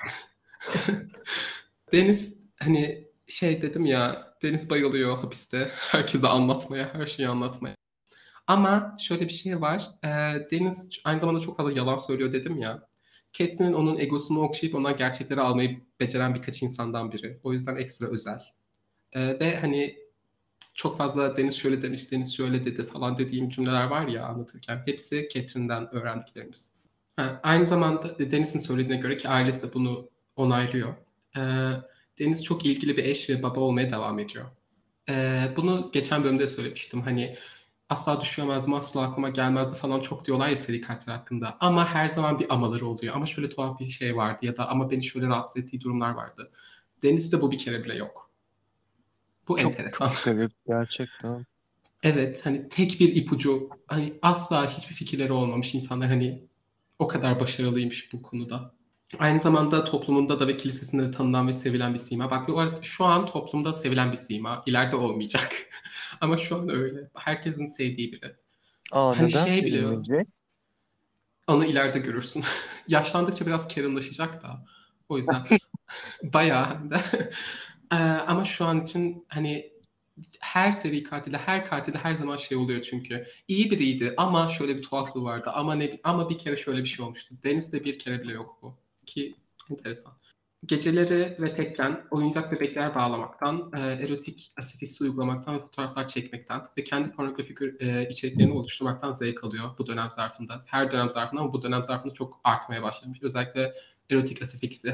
Deniz hani şey dedim ya, Deniz bayılıyor hapiste herkese anlatmaya, her şeyi anlatmaya. Ama şöyle bir şey var. Deniz aynı zamanda çok fazla yalan söylüyor dedim ya. Catelyn onun egosunu okşayıp ondan gerçekleri almayı beceren birkaç insandan biri. O yüzden ekstra özel. Ve hani çok fazla Deniz şöyle demiş, Deniz şöyle dedi falan dediğim cümleler var ya anlatırken. Hepsi Catherine'den öğrendiklerimiz. Aynı zamanda Deniz'in söylediğine göre ki ailesi de bunu onaylıyor. Ee, Deniz çok ilgili bir eş ve baba olmaya devam ediyor. Bunu geçen bölümde söylemiştim. Hani asla düşünemezdim, asla aklıma gelmezdi falan çok diyorlar ya seri katil hakkında. Ama her zaman bir amaları oluyor. Ama şöyle tuhaf bir şey vardı ya da ama beni şöyle rahatsız ettiği durumlar vardı. Deniz'de bu bir kere bile yok. Bu Çok çok enteresan. garip gerçekten. Evet hani tek bir ipucu hani asla hiçbir fikirleri olmamış insanlar hani o kadar başarılıymış bu konuda. Aynı zamanda toplumunda da ve kilisesinde de tanınan ve sevilen bir sima. Bak bu arada şu an toplumda sevilen bir sima. İleride olmayacak. Ama şu an öyle. Herkesin sevdiği biri. Aa, Hani neden şey bile sevilmeyecek? onu ileride görürsün. Yaşlandıkça biraz Karen'laşacak da. O yüzden bayağı hem de. Ama şu an için hani her seri katilde, her katilde her zaman şey oluyor çünkü. İyi biriydi ama şöyle bir tuhaflığı vardı. Ama bir kere şöyle bir şey olmuştu. Deniz'de bir kere bile yok bu. Ki enteresan. Geceleri ve tekken oyuncak bebekler bağlamaktan, erotik asifiksi uygulamaktan ve fotoğraflar çekmekten ve kendi pornografik içeriklerini oluşturmaktan zevk alıyor bu dönem zarfında. Her dönem zarfında ama bu dönem zarfında çok artmaya başlamış. Özellikle erotik asifiksi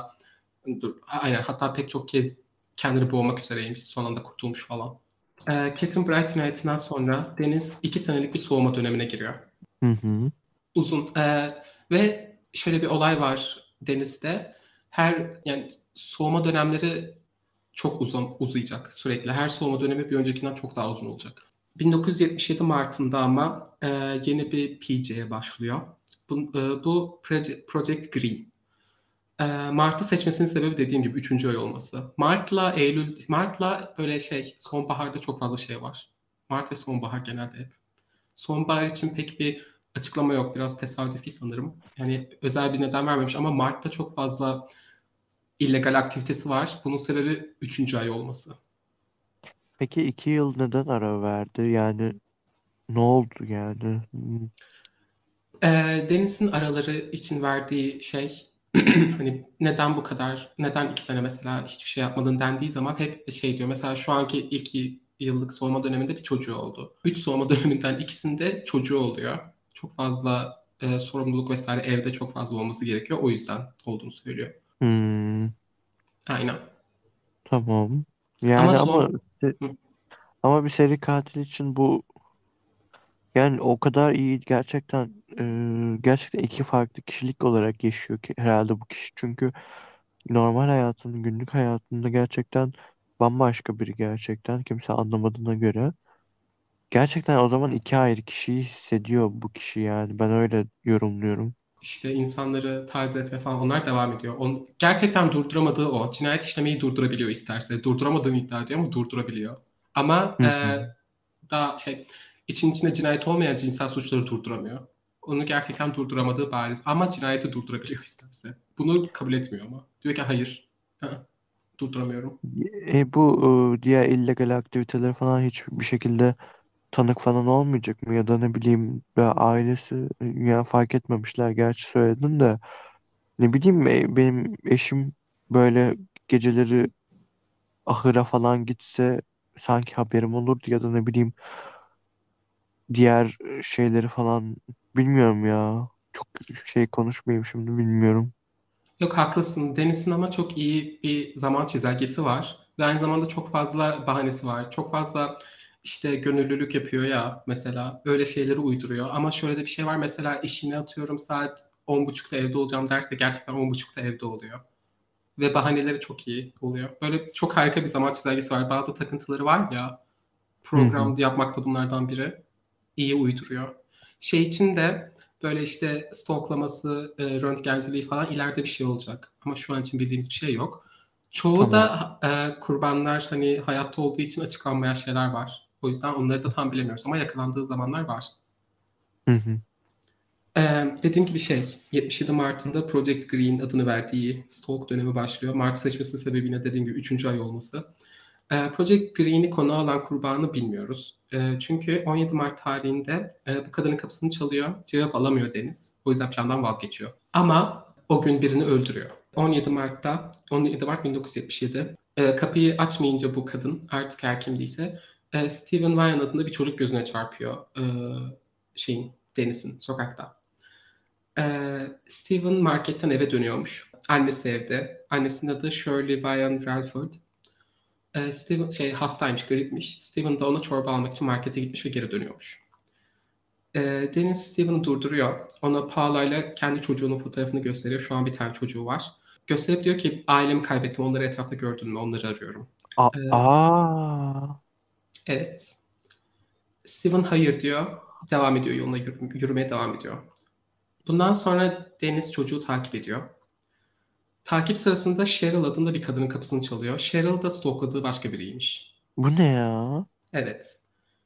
hatta pek çok kez kendini boğmak üzereymiş. Son anda kurtulmuş falan. Catherine Bright cinayetinden sonra Deniz 2 senelik bir soğuma dönemine giriyor. Hı hı. Uzun. Ve şöyle bir olay var Deniz'de. Yani soğuma dönemleri çok uzayacak sürekli. Her soğuma dönemi bir öncekinden çok daha uzun olacak. 1977 Mart'ında ama yeni bir PJ'ye başlıyor. Bu Project Green. Mart'ı seçmesinin sebebi dediğim gibi 3. ay olması. Mart'la böyle sonbaharda çok fazla şey var. Mart ve sonbahar genelde hep. Sonbahar için pek bir açıklama yok. Biraz tesadüfi sanırım. Yani özel bir neden vermemiş ama Mart'ta çok fazla illegal aktivitesi var. Bunun sebebi 3. ay olması. Peki 2 yıl neden ara verdi? Yani ne oldu yani? Deniz'in araları için verdiği şey hani neden 2 sene mesela hiçbir şey yapmadın dendiği zaman hep şey diyor. Mesela şu anki ilk yıllık soğuma döneminde bir çocuğu oldu. 3 soğuma döneminden ikisinde çocuğu oluyor. Çok fazla sorumluluk vesaire evde çok fazla olması gerekiyor. O yüzden olduğunu söylüyor. Hmm, Aynen. tamam. Ama Yani ama son Hı. ama bir seri katil için bu yani o kadar iyi gerçekten, gerçekten iki farklı kişilik olarak yaşıyor ki herhalde bu kişi, çünkü normal hayatının, günlük hayatında gerçekten bambaşka biri, gerçekten kimse anlamadığına göre gerçekten o zaman iki ayrı kişiyi hissediyor bu kişi, yani ben öyle yorumluyorum. İşte insanları taciz etme falan onlar devam ediyor. Gerçekten durduramadığı o. Cinayet işlemeyi durdurabiliyor isterse. Durduramadığını iddia ediyor ama durdurabiliyor. Ama Hı hı. daha için içinde cinayet olmayan cinsel suçları durduramıyor. Onu gerçekten durduramadığı bariz. Ama cinayeti durdurabiliyor isterse. Bunu kabul etmiyor ama. Diyor ki hayır. Durduramıyorum. Bu diğer illegal aktiviteleri falan hiçbir şekilde tanık falan olmayacak mı? Ya da ne bileyim ya ailesi ya fark etmemişler gerçi söyledin de ne bileyim benim eşim böyle geceleri ahıra falan gitse sanki haberim olurdu ya da ne bileyim diğer şeyleri falan bilmiyorum ya. Çok şey konuşmayayım şimdi bilmiyorum. Yok haklısın. Deniz'in ama çok iyi bir zaman çizelgesi var. Ve aynı zamanda çok fazla bahanesi var. Çok fazla işte gönüllülük yapıyor ya mesela. Öyle şeyleri uyduruyor. Ama şöyle de bir şey var. Mesela işine atıyorum saat 10.30'da evde olacağım derse gerçekten 10.30'da evde oluyor. Ve bahaneleri çok iyi oluyor. Böyle çok harika bir zaman çizelgesi var. Bazı takıntıları var ya. Hı hı. Program yapmak da bunlardan biri. İyi uyduruyor. Şey için de böyle işte stalklaması, röntgenciliği falan ileride bir şey olacak. Ama şu an için bildiğimiz bir şey yok. Çoğu Tamam. da kurbanlar hani hayatta olduğu için açıklanmayan şeyler var. O yüzden onları da tam bilemiyoruz ama yakalandığı zamanlar var. Hı hı. Dediğim gibi 77 Mart'ında Project Green adını verdiği stalk dönemi başlıyor. Mart seçmesi sebebiyle dediğim gibi 3. ay olması. Project Green'i konu alan kurbanı bilmiyoruz. Çünkü 17 Mart tarihinde bu kadının kapısını çalıyor. Cevap alamıyor Deniz. O yüzden plandan vazgeçiyor. Ama o gün birini öldürüyor. 17 Mart 1977. Kapıyı açmayınca bu kadın artık her kimdiyse Steven Ryan adında bir çocuk gözüne çarpıyor. Deniz'in sokakta. Steven marketten eve dönüyormuş. Annesi evde. Annesinin adı Shirley Ryan Ralford. Steven hastaymış, gripmiş. Steven da ona çorba almak için markete gitmiş ve geri dönüyormuş. Deniz Steven'ı durduruyor. Ona Paula'yla kendi çocuğunun fotoğrafını gösteriyor. Şu an bir tane çocuğu var. Gösterip diyor ki ailemi kaybettim. Onları etrafta gördün mü? Onları arıyorum. Ee, Aa. evet. Steven hayır diyor. Devam ediyor yoluna yürümeye devam ediyor. Bundan sonra Deniz çocuğu takip ediyor. Takip sırasında Cheryl adında bir kadının kapısını çalıyor. Cheryl da stalkladığı başka biriymiş. Bu ne ya? Evet.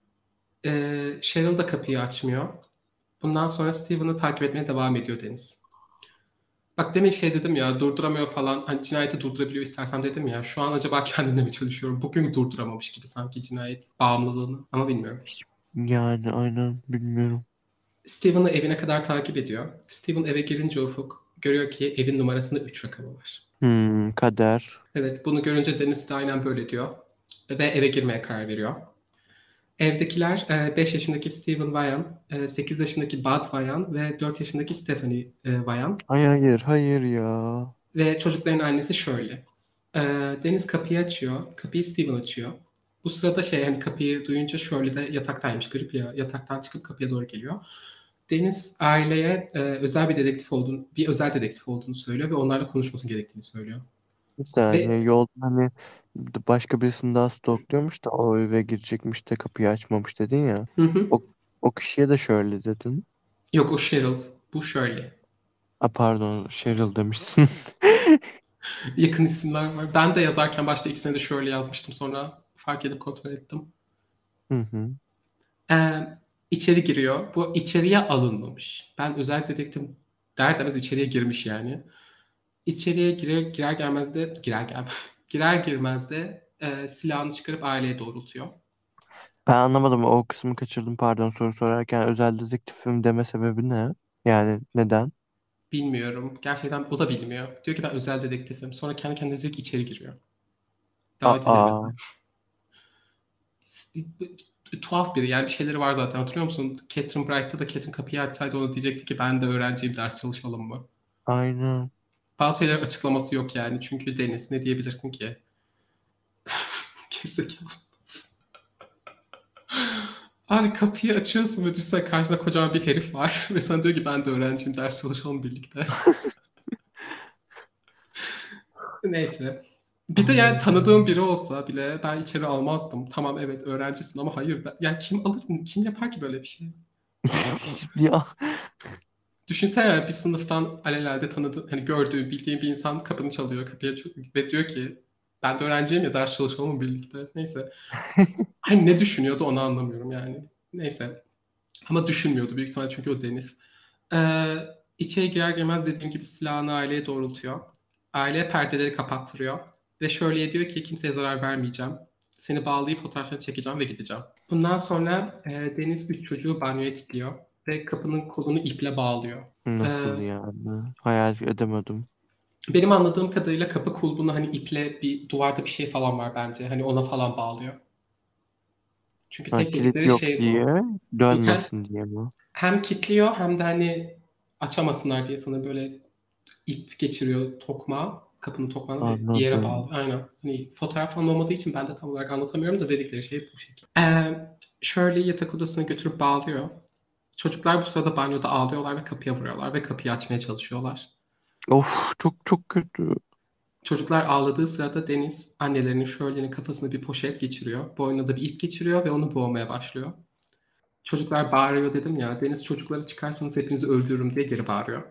Cheryl da kapıyı açmıyor. Bundan sonra Steven'ı takip etmeye devam ediyor Deniz. Bak demin dedim ya durduramıyor falan. Hani cinayeti durdurabiliyor istersem dedim ya. Şu an acaba kendimle mi çalışıyorum? Bugün durduramamış gibi sanki cinayet bağımlılığını. Ama bilmiyorum. Hiç yani aynen bilmiyorum. Steven'ı evine kadar takip ediyor. Steven eve girince Ufuk görüyor ki evin numarasında 3 rakamı var. Kader. Evet bunu görünce Deniz de aynen böyle diyor. Ve eve girmeye karar veriyor. Evdekiler 5 yaşındaki Steven Vayan, 8 yaşındaki Bud Vayan ve 4 yaşındaki Stephanie Vayan Ay hayır hayır ya. ve çocukların annesi şöyle. E, Deniz kapıyı açıyor. Kapıyı Steven açıyor. Bu sırada hani kapıyı duyunca Shirley de yataktaymış. Grip ya yataktan çıkıp kapıya doğru geliyor. Deniz aileye bir özel dedektif olduğunu söylüyor ve onlarla konuşması gerektiğini söylüyor. Bir saniye Ve yolda hani başka birisini daha stalkluyormuş da o eve girecekmiş de kapıyı açmamış dedin ya. hı hı. O, o kişiye de şöyle dedin. Yok o Cheryl, bu Shirley. A pardon Cheryl demişsin. Yakın isimler var. Ben de yazarken başta ikisine de Shirley yazmıştım. Sonra fark edip kontrol ettim. Hı hı. Ee, içeri giriyor. Bu içeriye alınmamış. Ben özel dedektif der demez içeriye girmiş yani. İçeriye girer gelmez de girer girmez de silahını çıkarıp aileye doğrultuyor. Ben anlamadım o kısmı kaçırdım pardon soru sorarken özel dedektifim deme sebebi ne? Yani neden? Bilmiyorum. Gerçekten o da bilmiyor. Diyor ki ben özel dedektifim. Sonra kendi kendine diyor ki içeri giriyor. Davet Aa, edilmedi. Tuhaf biri. Yani bir şeyleri var zaten. Hatırlıyor musun? Catherine Bright'ta da Catherine kapıyı açsaydı ona diyecekti ki ben de öğrenciyim ders çalışalım mı? aynen. Bazı şeyler açıklaması yok yani. Çünkü Deniz ne diyebilirsin ki? Gerizekalı. Abi kapıyı açıyorsun ve düşünsene karşında kocaman bir herif var. Ve sana diyor ki ben de öğrenciyim ders çalışalım birlikte. Neyse. Bir de yani tanıdığım biri olsa bile ben içeri almazdım. Tamam evet öğrencisin ama hayır da. Yani kim alır, kim yapar ki böyle bir şey? Ya Düşünsene bir sınıftan alelade tanıdığı, hani gördüğü, bildiğin bir insan kapını çalıyor kapıya ve diyor ki ben de öğrenciyim ya ders çalışalım mı birlikte? Neyse. Hani ne düşünüyordu onu anlamıyorum yani. Neyse. Ama düşünmüyordu büyük ihtimalle çünkü o Deniz. Ee, içeri girer girmez dediğim gibi silahını aileye doğrultuyor. Aileye perdeleri kapattırıyor. Ve şöyle diyor ki kimseye zarar vermeyeceğim. Seni bağlayıp fotoğrafını çekeceğim ve gideceğim. Bundan sonra Deniz üç çocuğu banyoya kilitliyor. Ve kapının kolunu iple bağlıyor. Ee, Nasıl yani? Hayal edemedim. benim anladığım kadarıyla kapı kulbuna hani iple bir duvarda bir şey falan var bence. Hani ona falan bağlıyor. Çünkü Ha, tek kilit dedikleri yok şey diye bu. Yok dönmesin diye mi? hem kilitliyor hem de hani açamasınlar diye sana böyle ip geçiriyor tokmağa, kapının tokmağına ve bir yere bağlı. Anladım. Aynen. Hani fotoğraf falan olmadığı için ben de tam olarak anlatamıyorum da dedikleri şey bu şekilde. Shirley'i yatak odasına götürüp bağlıyor. Çocuklar bu sırada banyoda ağlıyorlar ve kapıya vuruyorlar ve kapıyı açmaya çalışıyorlar. Of, çok çok kötü. Çocuklar ağladığı sırada Deniz annelerinin Shirley'nin kafasına bir poşet geçiriyor. Boynuna da bir ip geçiriyor ve onu boğmaya başlıyor. Çocuklar bağırıyor dedim ya. Deniz çocukları çıkarsanız hepinizi öldürürüm diye geri bağırıyor.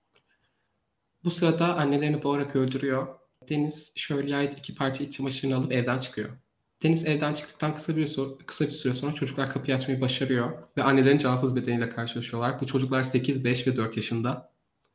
Bu sırada annelerini boğarak öldürüyor. Deniz Shirley'e ait iki parça iç çamaşırını alıp evden çıkıyor. Deniz evden çıktıktan kısa bir süre sonra çocuklar kapıyı açmayı başarıyor ve annelerin cansız bedeniyle karşılaşıyorlar. Bu çocuklar 8, 5 ve 4 yaşında.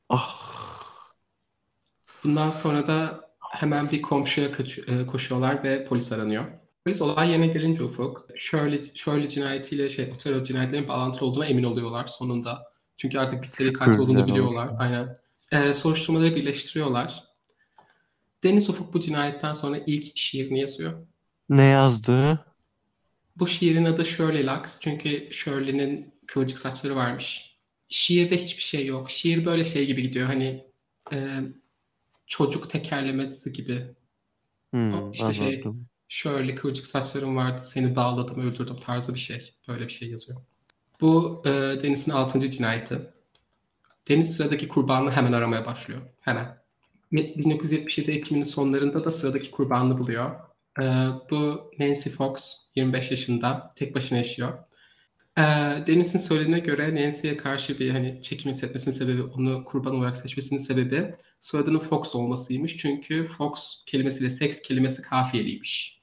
Ah. Bundan sonra da hemen bir komşuya koşuyorlar ve polis aranıyor. Polis olay yerine gelince Ufuk, Shirley cinayetiyle Otero cinayetlerinin bağlantılı olduğuna emin oluyorlar sonunda. Çünkü artık bir seri katil olduğunu Şükürler biliyorlar. olsun. Aynen. Soruşturmaları birleştiriyorlar. Deniz Ufuk bu cinayetten sonra ilk şiirini yazıyor. Ne yazdı? Bu şiirin adı Shirley Lux çünkü Shirley'nin kıvırcık saçları varmış. Şiirde hiçbir şey yok. Şiir böyle şey gibi gidiyor hani e, çocuk tekerlemesi gibi. İşte Anladım. şöyle kıvırcık saçlarım vardı seni bağladım öldürdüm tarzı bir şey. Böyle bir şey yazıyor. Bu Deniz'in 6. cinayeti. Deniz sıradaki kurbanını hemen aramaya başlıyor. Hemen. 1977 Ekim'in sonlarında da sıradaki kurbanını buluyor. Ee, bu Nancy Fox, 25 yaşında, tek başına yaşıyor. Ee, Deniz'in söylediğine göre Nancy'ye karşı bir hani çekim hissetmesinin sebebi, onu kurban olarak seçmesinin sebebi soyadının Fox olmasıymış. Çünkü Fox kelimesiyle seks kelimesi kafiyeliymiş.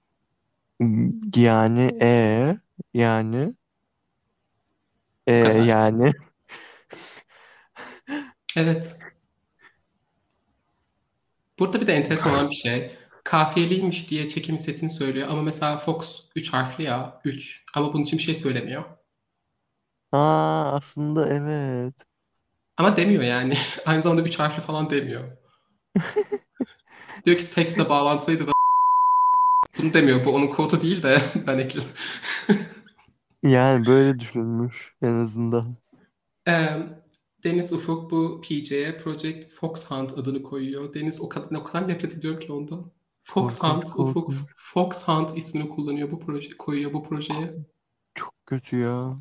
Yani yani Bu kadar. yani Evet. Burada bir de enteresan olan bir şey. Kafiyeliymiş diye çekim hissettiğini söylüyor ama mesela Fox 3 harfli ya 3 ama bunun için bir şey söylemiyor. aslında evet. Ama demiyor yani. Aynı zamanda 3 harfli falan demiyor. Diyor ki seksle bağlantılıydı. Bunu demiyor. Bu onun kodu değil de ben ekledim. Yani böyle düşünmüş en azından. Ee, Deniz Ufuk bu PJ'ye Project Fox Hunt adını koyuyor. Deniz o kadar nefret ediyorum ki ondan. Fox Korkunç Hunt, Ufuk korkunç. Fox Hunt ismini kullanıyor bu proje, koyuyor bu projeye. Çok kötü ya.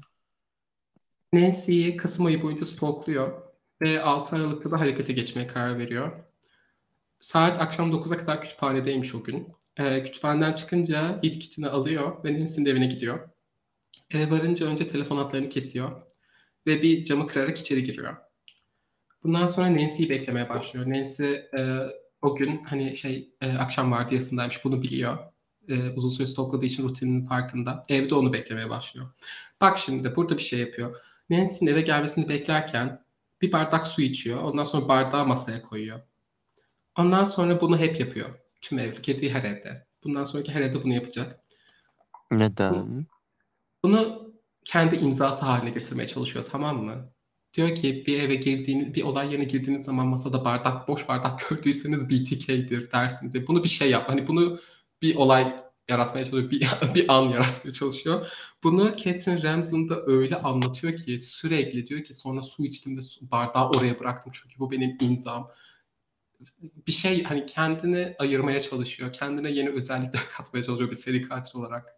Nancy'yi Kasım ayı boyunca stalkluyor ve 6 Aralık'ta da harekete geçmeye karar veriyor. Saat akşam 9'a kadar kütüphanedeymiş o gün. Kütüphaneden çıkınca Hit kitini alıyor ve Nancy'nin evine gidiyor. Eve varınca önce telefon hatlarını kesiyor ve bir camı kırarak içeri giriyor. Bundan sonra Nancy'yi beklemeye başlıyor. Nancy o gün hani akşam vardiyasındaymış bunu biliyor. Uzun süre stalkladığı için rutininin farkında. Evde onu beklemeye başlıyor. Bak şimdi burada bir şey yapıyor. Nancy'nin eve gelmesini beklerken bir bardak su içiyor. Ondan sonra bardağı masaya koyuyor. Ondan sonra bunu hep yapıyor. Tüm ev, kedi her evde. Bundan sonraki her evde bunu yapacak. Neden? Bunu kendi imzası haline getirmeye çalışıyor, tamam mı? Diyor ki bir olay yerine girdiğiniz zaman masada boş bardak gördüyseniz BTK'dir dersiniz diye. Bunu bir şey yap. Hani bunu bir olay yaratmaya çalışıyor, bir an yaratmaya çalışıyor. Bunu Catherine Ramsden da öyle anlatıyor ki sürekli diyor ki sonra su içtim ve bardağı oraya bıraktım çünkü bu benim imzam. Bir şey hani kendini ayırmaya çalışıyor. Kendine yeni özellikler katmaya çalışıyor bir seri katil olarak.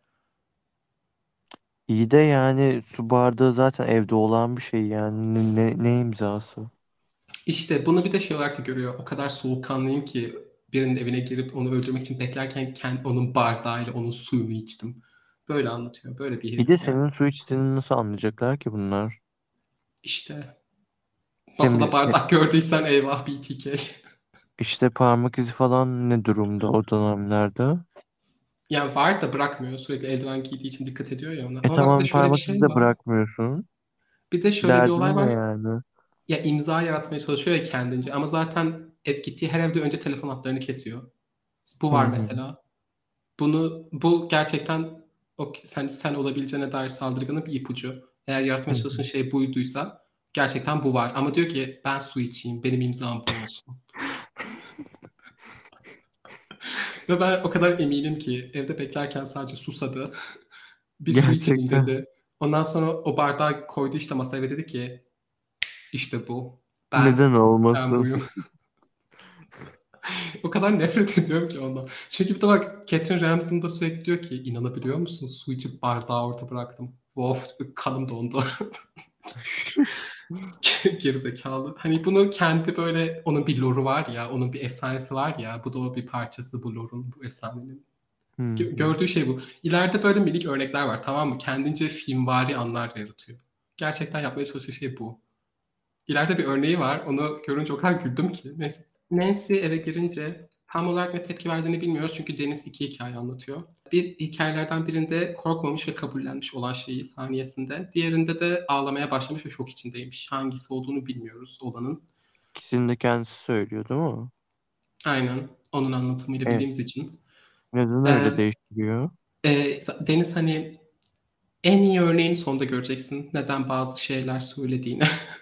İyi de yani su bardağı zaten evde olan bir şey yani ne imzası? İşte bunu bir de şey olarak da görüyor. O kadar soğukkanlıyım ki birinin evine girip onu öldürmek için beklerken onun bardağıyla onun suyunu içtim. Böyle anlatıyor. Böyle bir Bir de herif yani. senin su içtiğini nasıl anlayacaklar ki bunlar? İşte Masada Temi- bardak gördüysen eyvah BTK. işte parmak izi falan ne durumda o dönemlerde? Yani var da bırakmıyor. Sürekli eldiven giydiği için dikkat ediyor ya ona. Ama bak bir de Tamam, şöyle bir parmak izi şey de var. bırakmıyorsun. Bir de şöyle bir olay Derdin ne var. yani? Ya imza yaratmaya çalışıyor ya kendince. Ama zaten gittiği her evde önce telefon hatlarını kesiyor. Bu Hı var hı. mesela. Bu gerçekten sen olabileceğine dair saldırganın bir ipucu. Eğer Hı yaratmaya hı. çalıştığın şey buyduysa gerçekten bu var. Ama diyor ki ben su içeyim. Benim imzam bu olsun. Ve ben o kadar eminim ki evde beklerken sadece susadı. Bir su içeyim Gerçekten. dedi. Ondan sonra o bardağı koydu işte masaya ve dedi ki işte bu. Ben Neden ben olmasın? buyum. O kadar nefret ediyorum ki ondan. Çünkü bir de bak Catherine Ramsay'ın da sürekli diyor ki inanabiliyor musun? Su içip bardağı orada bıraktım. Of kanım dondu. Gerizekalı. Hani bunu kendi böyle onun bir lore'u var ya, onun bir efsanesi var ya. Bu da o bir parçası bu lore'un, bu efsanenin. Hı hı. Gördüğü şey bu. İleride böyle minik örnekler var tamam mı? Kendince filmvari anlar yaratıyor. Gerçekten yapmaya çalıştığı şey bu. İleride bir örneği var. Onu görünce o kadar güldüm ki. Neyse. Nancy eve girince tam olarak ne tepki verdiğini bilmiyoruz. Çünkü Deniz iki hikaye anlatıyor. Bir hikayelerden birinde korkmamış ve kabullenmiş olan şeyi saniyesinde. Diğerinde de ağlamaya başlamış ve şok içindeymiş. Hangisi olduğunu bilmiyoruz olanın. İkisini de kendisi söylüyor değil mi? Aynen. Onun anlatımıyla E, bildiğimiz için. neden Ee, öyle değiştiriyor? Deniz hani en iyi örneğini sonunda göreceksin. Neden bazı şeyler söylediğini.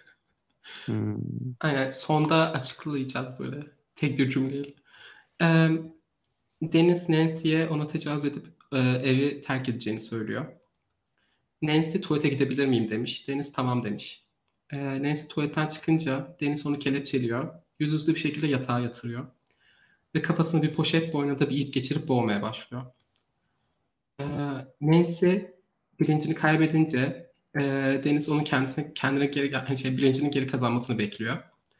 Hmm. Aynen. Sonda açıklayacağız böyle. Tek bir cümleyle. Ee, Deniz Nancy'ye ona tecavüz edip evi terk edeceğini söylüyor. Nancy tuvalete gidebilir miyim demiş. Deniz tamam demiş. Nancy tuvaletten çıkınca Deniz onu kelepçeliyor. Yüzüstü bir şekilde yatağa yatırıyor. Ve kafasını bir poşet boynuna da bir ip geçirip boğmaya başlıyor. Ee, Nancy bilincini kaybedince Deniz onun kendine geri hani bilincinin geri kazanmasını bekliyor.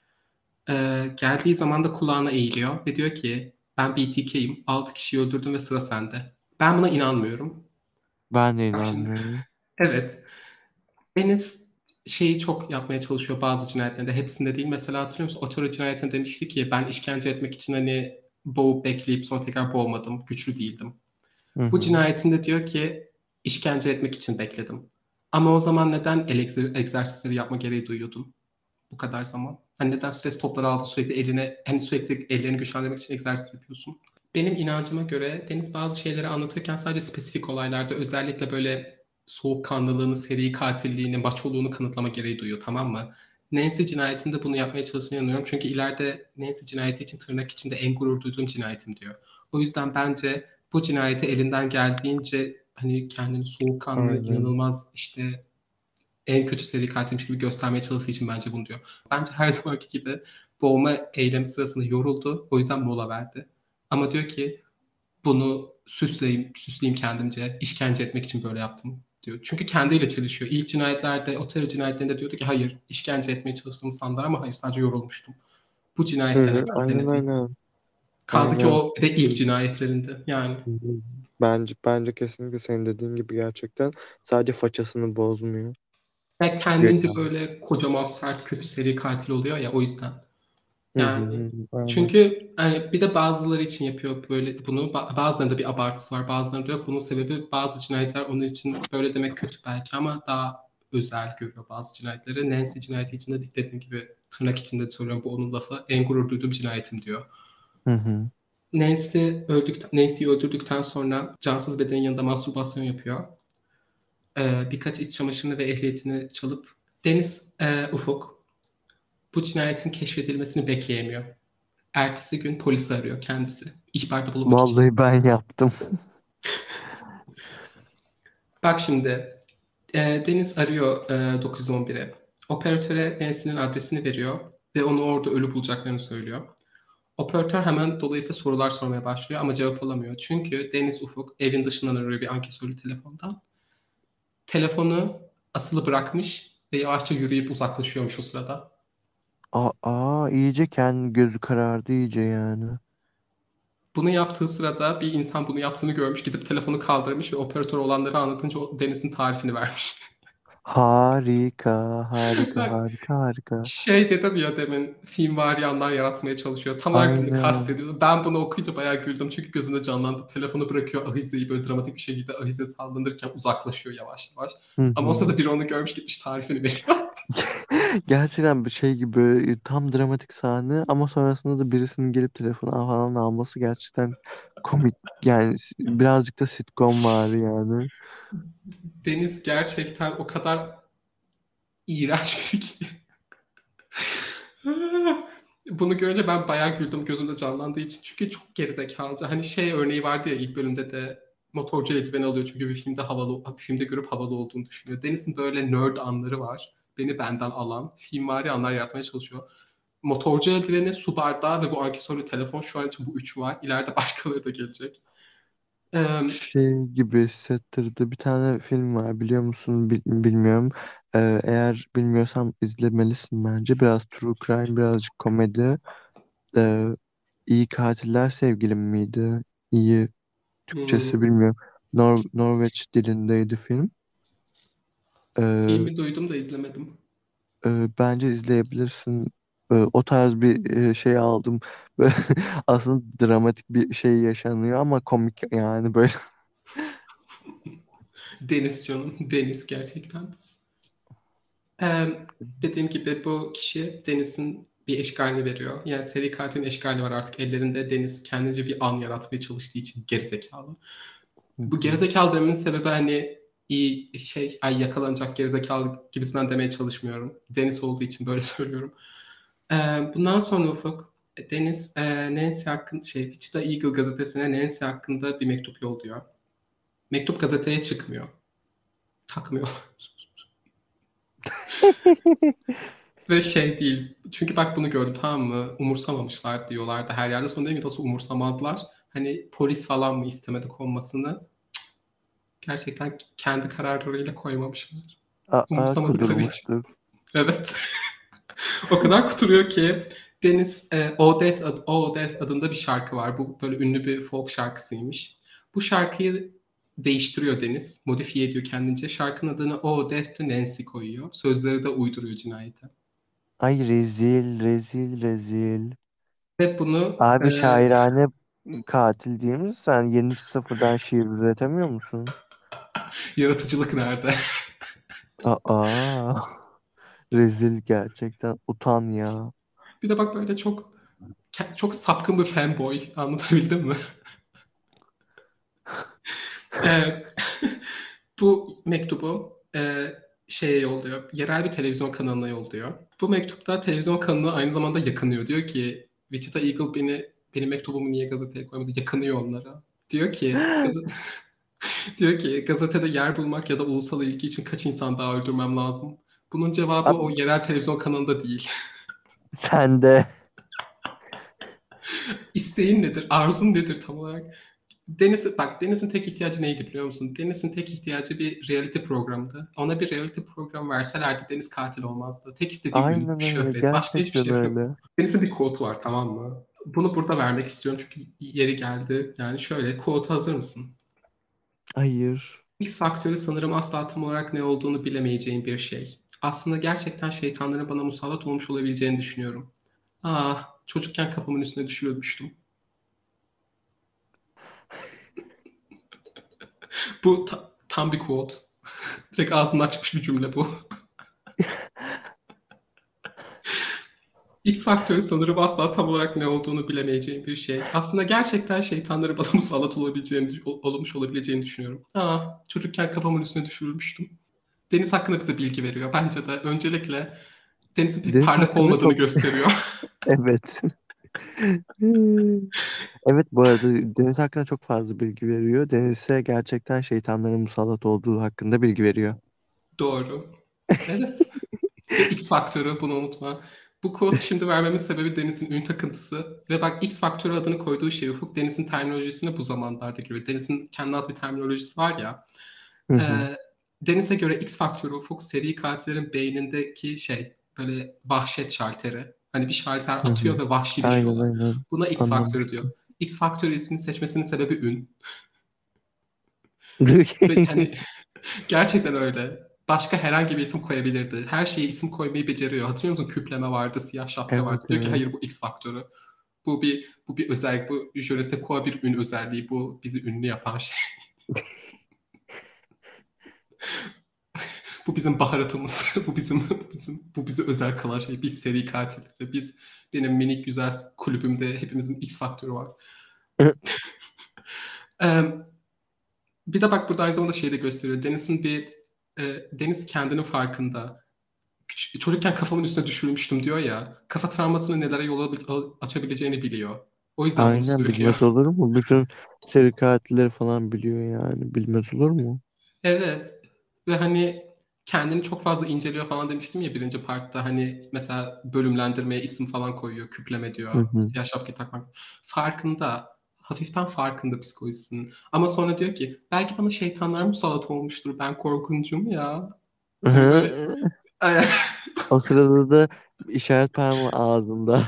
Geldiği zaman da kulağına eğiliyor ve diyor ki ben BTK'yim. 6 kişiyi öldürdüm ve sıra sende. Ben buna inanmıyorum. Ben de Bak şimdi. inanmıyorum. Evet. Deniz şeyi çok yapmaya çalışıyor bazı cinayetlerinde. Hepsinde değil. Mesela hatırlıyor musun? Otero cinayetinde demişti ki ben işkence etmek için hani boğup bekleyip sonra tekrar boğmadım. Güçlü değildim. Hı Bu hı. cinayetinde diyor ki işkence etmek için bekledim. Ama o zaman neden egzersizleri yapma gereği duyuyordun bu kadar zaman? Hani neden stres topları aldın sürekli eline, hani sürekli ellerini güçlendirmek için egzersiz yapıyorsun? Benim inancıma göre Deniz bazı şeyleri anlatırken sadece spesifik olaylarda özellikle böyle soğukkanlılığını, seri katilliğini, maçoluğunu kanıtlama gereği duyuyor tamam mı? Nancy cinayetinde bunu yapmaya çalıştığını inanıyorum. Çünkü ileride Nancy cinayeti için tırnak içinde en gurur duyduğum cinayetim diyor. O yüzden bence bu cinayeti elinden geldiğince hani kendini soğukkanlı, Aynen. inanılmaz işte en kötü seri katilmiş gibi göstermeye çalıştığı için bence bunu diyor. Bence her zamanki gibi boğma eylemi sırasında yoruldu. O yüzden mola verdi. Ama diyor ki bunu süsleyeyim kendimce, işkence etmek için böyle yaptım diyor. Çünkü kendiyle çelişiyor. İlk cinayetlerde, o terör cinayetlerinde diyordu ki hayır, işkence etmeye çalıştığımı sandılar ama hayır sadece yorulmuştum. Bu Hı cinayette hı. Aynen denedim. aynen. Kaldı ki Aynen. o bir de ilk cinayetlerinde yani. Hı hı. Bence kesinlikle senin dediğin gibi gerçekten sadece façasını bozmuyor. Ve kendince Güya. böyle kocaman sert kötü seri katil oluyor ya o yüzden. Hı hı Yani hı. Aynen. çünkü hani bir de bazıları için yapıyor böyle bunu. Bazılarında bir abartısı var. Bazılarında yok. Bunun sebebi bazı cinayetler onun için böyle demek kötü belki ama daha özel görüyor bazı cinayetleri. Nancy cinayeti için de dediğim gibi tırnak içinde söylüyorum bu onun lafı. En gurur duyduğum cinayetim diyor. Hı hı. Nancy'yi öldürdükten sonra cansız bedenin yanında mastürbasyon yapıyor. Birkaç iç çamaşırını ve ehliyetini çalıp Ufuk bu cinayetin keşfedilmesini bekleyemiyor. Ertesi gün polisi arıyor kendisi. İhbarda bulunmak için. Vallahi ben yaptım. Bak şimdi Deniz arıyor 911'e. Operatöre Deniz'in adresini veriyor ve onu orada ölü bulacaklarını söylüyor. Operatör hemen dolayısıyla sorular sormaya başlıyor ama cevap alamıyor. Çünkü Deniz Ufuk evin dışından arıyor bir ankesörlü telefondan. Telefonu asılı bırakmış ve yavaşça yürüyüp uzaklaşıyormuş o sırada. İyice kendi gözü karardı iyice yani. Bunu yaptığı sırada bir insan bunu yaptığını görmüş, gidip telefonu kaldırmış ve operatör olanları anlatınca Deniz'in tarifini vermiş. Harika, harika, Bak harika, harika. şey dedim ya demin film var yanlar yaratmaya çalışıyor. Tam olarak bunu Aynen. kastediyordu. Ben bunu okuyunca bayağı güldüm çünkü gözümde canlandı. Telefonu bırakıyor ahizeyi böyle dramatik bir şekilde ahize sallanırken uzaklaşıyor yavaş yavaş. Hı Ama o hı. sırada biri onu görmüş gitmiş tarifini veriyor. Gerçekten bir şey gibi tam dramatik sahne ama sonrasında da birisinin gelip telefonu falan alması gerçekten komik. Yani birazcık da sitcom var yani. Deniz gerçekten o kadar iğrenç biri ki. Bunu görünce ben bayağı güldüm gözümde canlandığı için. Çünkü çok gerizekalıca. Hani şey örneği vardı ya ilk bölümde de motorcu eldiveni alıyor çünkü bir filmde görüp havalı olduğunu düşünüyor. Deniz'in böyle nerd anları var. Beni benden alan, filmvari anlar yaratmaya çalışıyor. Motorcu eldiveni, su bardağı ve bu aksesuarlı telefon şu an için bu üçü var. İleride başkaları da gelecek. Ee, Şey gibi hissettirdi. Bir tane film var biliyor musun? Bilmiyorum. Eğer bilmiyorsam izlemelisin bence. Biraz true crime, birazcık komedi. Ee, İyi Katiller Sevgilim miydi? İyi Türkçesi hmm, bilmiyorum. Norveç dilindeydi film. Ee, filmi duydum da izlemedim. Bence izleyebilirsin. O tarz bir şey aldım. Böyle aslında dramatik bir şey yaşanıyor ama komik yani böyle. Deniz canım, Deniz gerçekten. Ee, dediğim gibi bu kişi Deniz'in bir eşkalini veriyor. Yani seri katilin eşkali var artık ellerinde. Deniz kendince bir an yaratmaya çalıştığı için gerizekalı. Hı Bu hı. gerizekalı dememin sebebi hani iyi şey ay yakalanacak gerizekalı gibisinden demeye çalışmıyorum. Deniz olduğu için böyle söylüyorum. Ee, bundan sonra Ufuk Deniz Nancy hakkında Wichita Eagle gazetesine Nancy hakkında bir mektup yolluyor. Mektup gazeteye çıkmıyor. Takmıyor. Ve şey değil. Çünkü bak bunu gördüm tamam mı? Umursamamışlar diyorlardı her yerde. Sonra dedim ki nasıl umursamazlar? Hani polis falan mı istemedi konmasını? Gerçekten kendi kararlarıyla koymamışlar. Aa, Umursamadıkları için. kudurmuştur. Evet. O kadar kuturuyor ki Deniz Odette adında bir şarkı var. Bu böyle ünlü bir folk şarkısıymış. Bu şarkıyı değiştiriyor Deniz. Modifiye ediyor kendince. Şarkının adını Odette Nancy koyuyor. Sözleri de uyduruyor cinayete. Ay rezil, rezil, rezil. Ve bunu Abi şairane katil değil misin sen? Yeni sıfırdan şiir üretemiyor musun? yaratıcılık nerede? Aa, rezil gerçekten. Utan ya. Bir de bak böyle çok sapkın bir fanboy. Anlatabildim mi? Ee, bu mektubu şeye yolluyor. Yerel bir televizyon kanalına yolluyor. Bu mektupta televizyon kanalı aynı zamanda yakınıyor. Diyor ki Wichita Eagle benim mektubumu niye gazeteye koymadı? Yakınıyor onlara. Diyor ki diyor ki gazetede yer bulmak ya da ulusal ilgi için kaç insan daha öldürmem lazım? Bunun cevabı o Abi yerel televizyon kanalında değil. sen de. İsteğin nedir? Arzun nedir tam olarak? Deniz'in tek ihtiyacı neydi biliyor musun? Deniz'in tek ihtiyacı bir reality programdı. Ona bir reality program verselerdi Deniz katil olmazdı. Tek istediği ün, Aynen öyle. şöhret. Başka hiçbir Gerçekten şey yok. öyle. Deniz'in bir quote'u var tamam mı? Bunu burada vermek istiyorum çünkü yeri geldi. Yani şöyle quote hazır mısın? Hayır. X faktörü sanırım asla tam olarak ne olduğunu bilemeyeceğim bir şey. Aslında gerçekten şeytanların bana musallat olmuş olabileceğini düşünüyorum. Çocukken kafamın üstüne düşürülmüştüm. Bu tam bir quote. Direkt ağzından çıkmış bir cümle bu. X faktörü sanırım asla tam olarak ne olduğunu bilemeyeceğim bir şey. Aslında gerçekten şeytanları bana musallat olmuş olabileceğini düşünüyorum. Çocukken kafamın üstüne düşürülmüştüm. Deniz hakkında bize bilgi veriyor. Bence de öncelikle Deniz'in pek Deniz parlak hakkında olmadığını çok gösteriyor. evet. Evet, bu arada Deniz hakkında çok fazla bilgi veriyor. Deniz ise gerçekten şeytanların musallat olduğu hakkında bilgi veriyor. Doğru. Evet. Ve X faktörü bunu unutma. Bu quote'u şimdi vermemin sebebi Deniz'in ün takıntısı. Ve bak X faktörü adını koyduğu şey Ufuk Deniz'in terminolojisine bu zamanlarda giriyor. Deniz'in kendi az bir terminolojisi var ya. Hı hı, Ee, Deniz'e göre X faktörü Ufuk seri katillerin beynindeki böyle vahşet şalteri. Hani bir şalter hı hı. atıyor ve Aynen vahşileşiyorlar. aynen. Buna X faktörü diyor. Anlamıştım. X faktörü ismini seçmesinin sebebi ün. Ve hani gerçekten öyle. Başka herhangi bir isim koyabilirdi. Her şeye isim koymayı beceriyor. Hatırlıyor musun? Küpleme vardı, siyah şapka Evet, vardı. Diyor ki evet. hayır, bu X faktörü. Bu bir özellik. Bu je ne sais quoi bir ün özelliği. Bu bizi ünlü yapan şey. Bu bizim baharatımız. Bu bizi özel kılan şey. Biz seri katilleri. Benim minik güzel kulübümde hepimizin X faktörü var. Ee, Bir de bak, burada aynı zamanda şey de gösteriyor. Deniz kendinin farkında. Çocukken kafamın üstüne düşürmüştüm diyor ya. Kafa travmasının nelere açabileceğini biliyor. O yüzden bunu Aynen, söylüyor. bilmez olur mu? Bütün seri katilleri falan biliyor yani. Bilmez olur mu? Evet. Ve hani kendini çok fazla inceliyor falan demiştim ya birinci partta. Hani mesela bölümlendirmeye isim falan koyuyor. Küpleme Hı diyor. hı. Siyah şapka takmak. Farkında. Hafiften farkında psikolojisinin. Ama sonra diyor ki belki bana şeytanlar musallat olmuştur. Ben korkuncum ya. Hani böyle O sırada da işaret parmağı ağzında.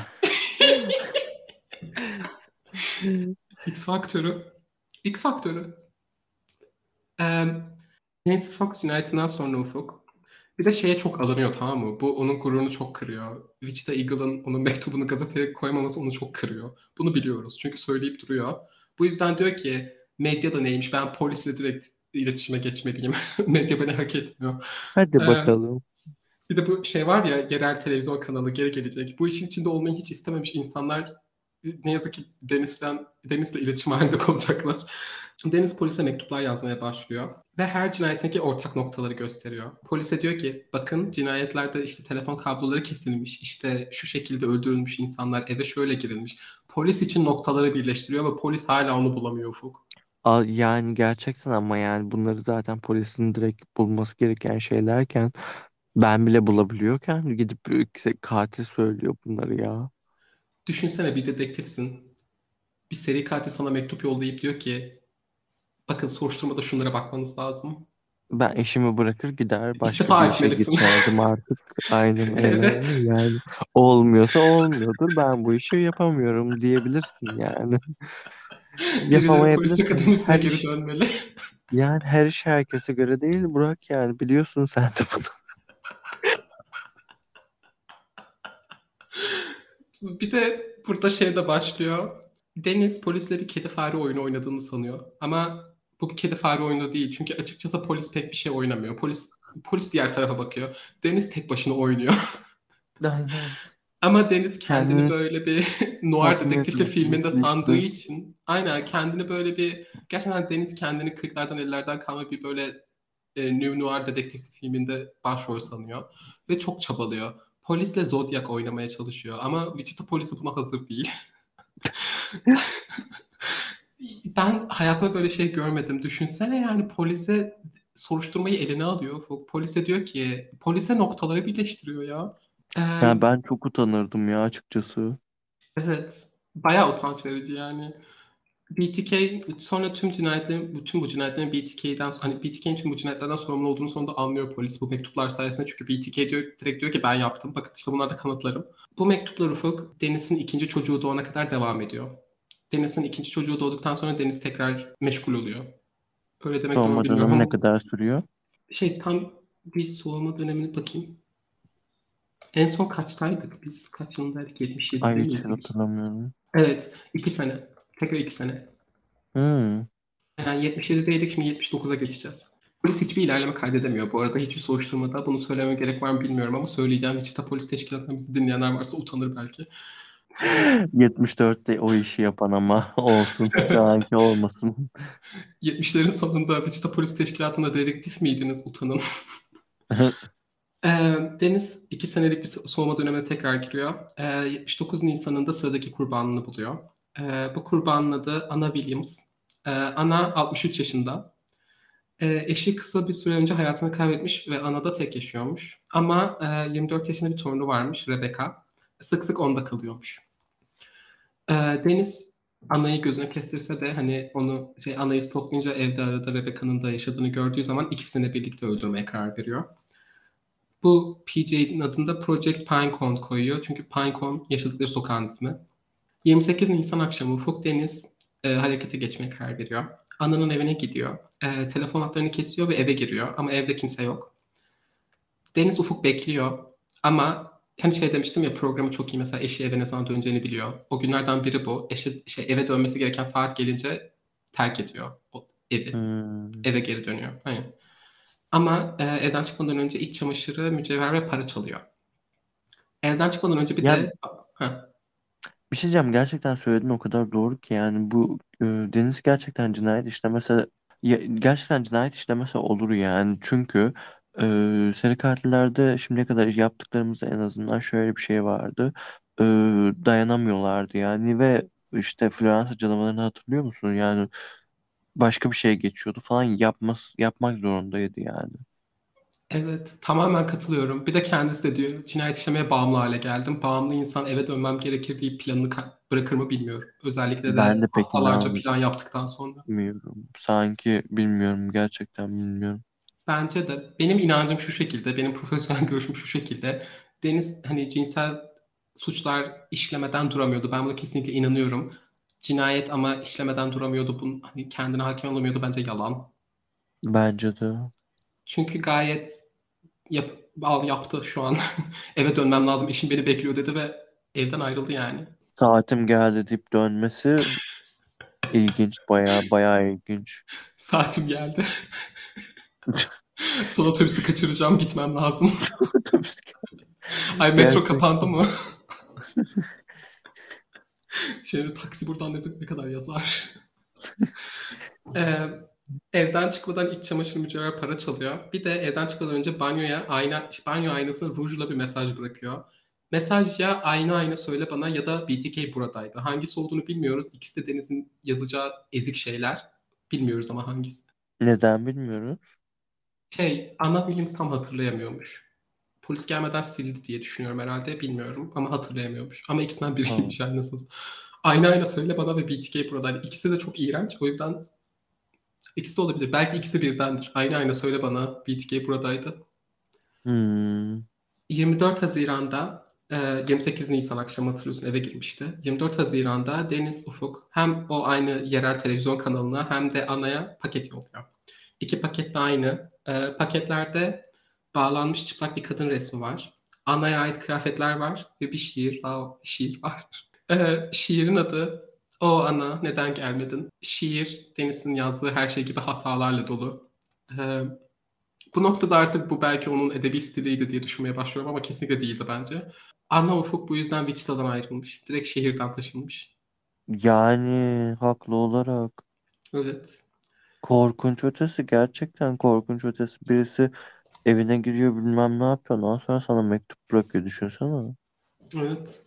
X faktörü. X faktörü. Ee, Nancy Fox cinayetinden sonra Ufuk. Bir de şeye çok alınıyor, tamam mı? Bu onun gururunu çok kırıyor. Wichita Eagle'ın onun mektubunu gazeteye koymaması onu çok kırıyor. Bunu biliyoruz. Çünkü söyleyip duruyor. Bu yüzden diyor ki medya da neymiş, ben polisle direkt iletişime geçmeliyim. Medya beni hak etmiyor. Hadi Ee, bakalım. Bir de bu şey var ya, yerel televizyon kanalı geri gelecek. Bu işin içinde olmayı hiç istememiş insanlar ne yazık ki Deniz'le iletişim halinde kalacaklar. Deniz polise mektuplar yazmaya başlıyor ve her cinayetindeki ortak noktaları gösteriyor. Polise diyor ki bakın, cinayetlerde işte telefon kabloları kesilmiş, işte şu şekilde öldürülmüş insanlar, eve şöyle girilmiş. Polis için noktaları birleştiriyor ve polis hala onu bulamıyor Ufuk. Yani gerçekten, ama yani bunları zaten polisin direkt bulması gereken şeylerken ben bile bulabiliyorken gidip katil söylüyor bunları ya. Düşünsene, bir dedektifsin. Bir seri katil sana mektup yollayıp diyor ki bakın, soruşturmada şunlara bakmanız lazım. Ben eşimi bırakır gider başka İstifa bir işe etmelisin. geçerdim artık. Aynen öyle. Evet. Yani olmuyorsa olmuyordur. Ben bu işi yapamıyorum diyebilirsin yani. Birileri polis Yapamayabilirsin. akademisine geri dönmeli. Yani her iş herkese göre değil Burak, yani biliyorsun sen de bunu. Bir de burada şey de başlıyor. Deniz polisle bir kedi fare oyunu oynadığını sanıyor. Ama bu bir kedi fare oyunu değil. Çünkü açıkçası polis pek bir şey oynamıyor. Polis diğer tarafa bakıyor. Deniz tek başına oynuyor. Aynen. Ama Deniz kendini Kendini böyle bir noir tatmin dedektifle etmek filminde için sandığı işte. için, aynen, kendini böyle bir, gerçekten Deniz kendini 40'lardan 50'lerden kalma bir böyle New Noir dedektif filminde başrol sanıyor ve çok çabalıyor. Polisle Zodiac oynamaya çalışıyor ama Wichita polisi buna hazır değil. Ben hayatımda böyle şey görmedim. Düşünsene, yani polise soruşturmayı eline alıyor. Polise diyor ki, polise noktaları birleştiriyor ya. Ee, Yani ben çok utanırdım ya açıkçası. evet. Bayağı utanç verici yani. BTK sonra bütün bu cinayetlerin BTK'nin tüm bu cinayetlerden sorumlu olduğunu sonunda anlıyor polis bu mektuplar sayesinde. Çünkü BTK direkt diyor ki ben yaptım. Bakın işte bunlar da kanıtlarım. Bu mektuplar Ufuk, Deniz'in ikinci çocuğu doğana kadar devam ediyor. Deniz'in ikinci çocuğu doğduktan sonra Deniz tekrar meşgul oluyor. Öyle demek doğru Soğuma bilmiyorum dönemi ne ama kadar sürüyor? tam bir soğuma dönemine bakayım. En son kaçtaydık biz? Kaç yılındaydık? 77'de Ay, hiç miydik? hatırlamıyorum. Evet, 2 sene. Tekrar 2 sene. Hmm. Yani 77'deydik, şimdi 79'a geçeceğiz. Polis hiçbir ilerleme kaydedemiyor. Bu arada hiçbir soruşturmada bunu söylememe gerek var mı bilmiyorum ama söyleyeceğim. Wichita Polis Teşkilatı'ndan bizi dinleyenler varsa utanır belki. 74'te o işi yapan ama olsun. Şu anki olmasın. 70'lerin sonunda Wichita Polis Teşkilatı'nda dedektif miydiniz? Utanın. Ee, Deniz 2 senelik bir soğuma dönemine tekrar giriyor. 79 Nisan'ında sıradaki kurbanını buluyor. Bu kurbanın adı Anna Williams. Anna 63 yaşında. Eşi kısa bir süre önce hayatını kaybetmiş ve Anna da tek yaşıyormuş. Ama 24 yaşında bir torunu varmış, Rebecca. Sık sık onda kalıyormuş. Deniz Anna'yı gözüne kestirse de hani Anna'yı toplayınca evde arada Rebecca'nın da yaşadığını gördüğü zaman ikisini birlikte öldürmeye karar veriyor. Bu PJ'nin adında Project Pinecone koyuyor. Çünkü Pinecone yaşadıkları sokağın ismi. 28 Nisan akşamı Ufuk Deniz harekete geçmeye karar veriyor. Anna'nın evine gidiyor. Telefon hatlarını kesiyor ve eve giriyor. Ama evde kimse yok. Deniz Ufuk bekliyor ama hani şey demiştim ya, programı çok iyi, mesela eşi eve ne zaman döneceğini biliyor. O günlerden biri bu. Eşi eve dönmesi gereken saat gelince terk ediyor o evi. Hmm. Eve geri dönüyor. Aynen. Ama evden çıkmadan önce iç çamaşırı, mücevher ve para çalıyor. Evden çıkmadan önce bir Ya de ha, bir şey diyeceğim, gerçekten söylediğin o kadar doğru ki yani bu Deniz gerçekten cinayet işlemese, gerçekten cinayet işlemese olur yani çünkü seri katillerde şimdiye kadar yaptıklarımızda en azından şöyle bir şey vardı. E, Dayanamıyorlardı yani ve işte Floransa canavarını hatırlıyor musun yani başka bir şey geçiyordu falan, yapmak zorundaydı yani. evet, tamamen katılıyorum. Bir de kendisi de diyor, cinayet işlemeye bağımlı hale geldim. Bağımlı insan eve dönmem gerekir deyip planını bırakır mı bilmiyorum. Özellikle Ben de de pek haftalarca plan yaptıktan sonra. inanmıyorum, sanki bilmiyorum, gerçekten bilmiyorum. Bence de benim inancım şu şekilde, benim profesyonel görüşüm şu şekilde. Deniz hani cinsel suçlar işlemeden duramıyordu. Ben buna kesinlikle inanıyorum. Cinayet ama işlemeden duramıyordu. Bunun hani kendine hakim olamıyordu, bence yalan. Bence de. Çünkü gayet yaptı şu an. Eve dönmem lazım, eşim beni bekliyor dedi ve evden ayrıldı yani. Saatim geldi deyip dönmesi ilginç, bayağı bayağı ilginç. Saatim geldi. Son otobüsü kaçıracağım, gitmem lazım. Otobüs Ay, metro kapandı gerçekten. mı? Şimdi taksi buradan ne kadar yazar? Ee, Evden çıkmadan iç çamaşır, mücevher, para çalıyor. Bir de evden çıkmadan önce banyo aynasına rujla bir mesaj bırakıyor. Mesaj ya ayna ayna söyle bana ya da BTK buradaydı. Hangisi olduğunu bilmiyoruz. İkisi de Deniz'in yazacağı ezik şeyler. Bilmiyoruz ama hangisi. Neden bilmiyoruz. Ana bilimi tam hatırlayamıyormuş. Polis gelmeden sildi diye düşünüyorum herhalde. Bilmiyorum ama hatırlayamıyormuş. Ama ikisinden Ha. biriymiş aynasız. Ayna ayna söyle bana ve BTK buradaydı. İkisi de çok iğrenç. O yüzden ikisi de olabilir. Belki ikisi birdendir. Ayna ayna söyle bana BTK buradaydı. Hmm. 24 Haziran'da 28 Nisan akşamı hatırlıyorsun, eve girmişti. 24 Haziran'da Deniz Ufuk hem o aynı yerel televizyon kanalına hem de Ana'ya paket yolluyor. İki paket de aynı. Paketlerde bağlanmış çıplak bir kadın resmi var. Ana'ya ait kıyafetler var ve bir şiir var. Şiirin adı "O Ana Neden Gelmedin?" Şiir, Deniz'in yazdığı her şey gibi hatalarla dolu. E, Bu noktada artık bu belki onun edebi stiliydi diye düşünmeye başlıyorum ama kesinlikle değildi bence. Anna Ufuk bu yüzden Wichita'dan ayrılmış. Direkt şehirden taşınmış. Yani haklı olarak Evet. korkunç ötesi, gerçekten korkunç ötesi. Birisi evine giriyor, bilmem ne yapıyor. Ondan sonra sana mektup bırakıyor, düşünsene. Evet.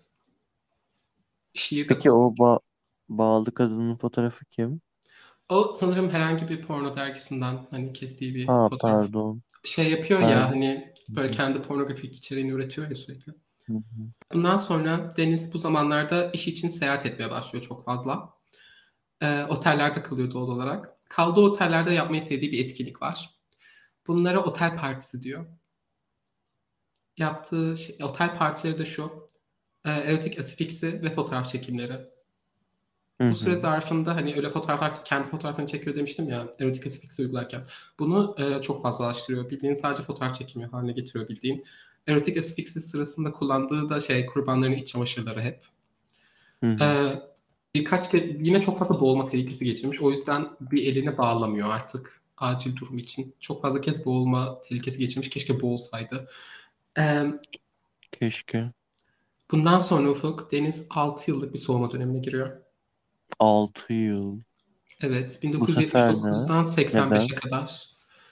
Şiir de Peki o korkunç. bağlı kadının fotoğrafı kim? O sanırım herhangi bir porno dergisinden hani kestiği bir Ha, fotoğraf. pardon. Şey yapıyor ya, Ben hani Hı böyle hı, kendi pornografik içeriğini üretiyor ya sürekli. hı hı, Bundan sonra Deniz bu zamanlarda iş için seyahat etmeye başlıyor çok fazla. Otellerde kalıyor doğal olarak. Kaldığı otellerde yapmayı sevdiği bir etkinlik var. Bunlara otel partisi diyor. Yaptığı otel partileri de şu: erotik asifiksi ve fotoğraf çekimleri. hı Bu süre hı, zarfında hani öyle fotoğraflar, kendi fotoğrafını çekiyor demiştim ya, erotik asifiksi uygularken. Bunu çok fazlalaştırıyor. Bildiğin sadece fotoğraf çekimi haline getiriyor bildiğin. Erotik asifiksi sırasında kullandığı da kurbanların iç çamaşırları hep. hı hı. E, Birkaç kez yine çok fazla boğulma tehlikesi geçirmiş. O yüzden bir elini bağlamıyor artık acil durum için. Çok fazla kez boğulma tehlikesi geçirmiş. Keşke boğulsaydı. E, Keşke. Bundan sonra Ufuk, Deniz 6 yıllık bir soğuma dönemine giriyor. 6 yıl. Evet, Bu sefer ne? 1979'dan Neden? 85'e kadar.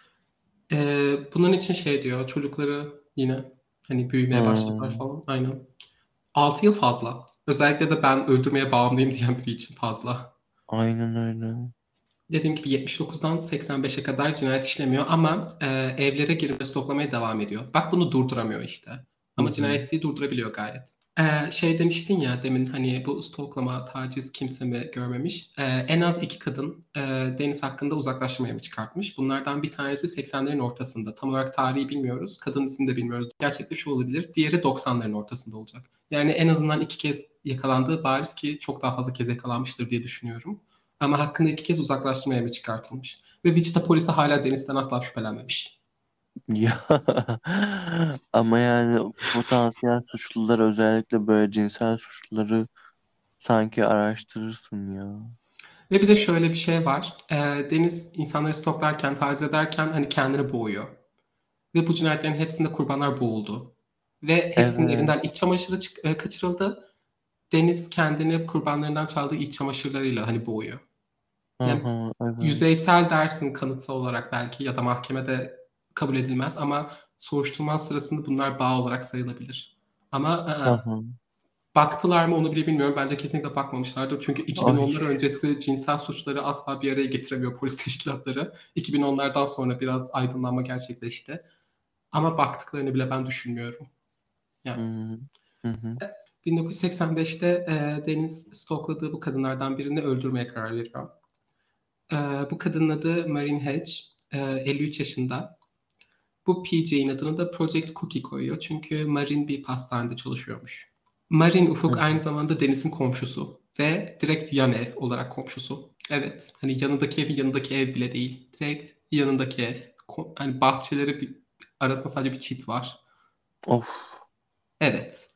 Bunun için diyor, çocukları yine hani büyümeye başladılar Hmm, falan. Aynen. 6 yıl fazla. Özellikle de ben öldürmeye bağımlıyım diyen biri için fazla. aynen öyle. Dediğim gibi 79'dan 85'e kadar cinayet işlemiyor ama evlere girip stoklamaya devam ediyor. Bak, bunu durduramıyor işte. Hı Ama hı, cinayeti durdurabiliyor gayet. Demiştin ya demin, hani bu stoklama, taciz kimse mi görmemiş? En az iki kadın Deniz hakkında uzaklaştırma emri çıkartmış. Bunlardan bir tanesi 80'lerin ortasında. Tam olarak tarihi bilmiyoruz. Kadın ismini de bilmiyoruz. Gerçekte şu olabilir. Diğeri 90'ların ortasında olacak. Yani en azından iki kez yakalandığı bariz, ki çok daha fazla kez yakalanmıştır diye düşünüyorum. Ama hakkında iki kez uzaklaştırma emri çıkartılmış. Ve Wichita polisi hala Deniz'den asla şüphelenmemiş. Ya ama yani potansiyel suçlular, özellikle böyle cinsel suçluları sanki araştırırsın ya. Ve bir de şöyle bir şey var. Deniz insanları stoklarken, taciz ederken hani kendini boğuyor. Ve bu cinayetlerin hepsinde kurbanlar boğuldu. Ve hepsinin Evet. evinden iç çamaşırı kaçırıldı. Deniz kendini kurbanlarından çaldığı iç çamaşırlarıyla hani boğuyor. Hı Yani hı, evet. yüzeysel dersin kanıtsal olarak belki ya da mahkemede kabul edilmez ama soruşturma sırasında bunlar bağ olarak sayılabilir. Ama Hı hı. baktılar mı onu bile bilmiyorum. Bence kesinlikle bakmamışlardır. Çünkü Ay. 2010'lar öncesi cinsel suçları asla bir araya getiremiyor polis teşkilatları. 2010'lardan sonra biraz aydınlanma gerçekleşti. Ama baktıklarını bile ben düşünmüyorum. Hı Yani hı. Hı hı. 1985'te Deniz stalkladığı bu kadınlardan birini öldürmeye karar veriyor. E, Bu kadının adı Marin Hedge. 53 yaşında. Bu PJ'in adını da Project Cookie koyuyor. Çünkü Marin bir pastanede çalışıyormuş. Marin Hı Ufuk hı. aynı zamanda Deniz'in komşusu. Ve direkt yan ev olarak komşusu. Evet. Hani yanındaki evi yanındaki ev bile değil. Direkt yanındaki ev. Hani bahçeleri arasında sadece bir çit var. Of. Evet.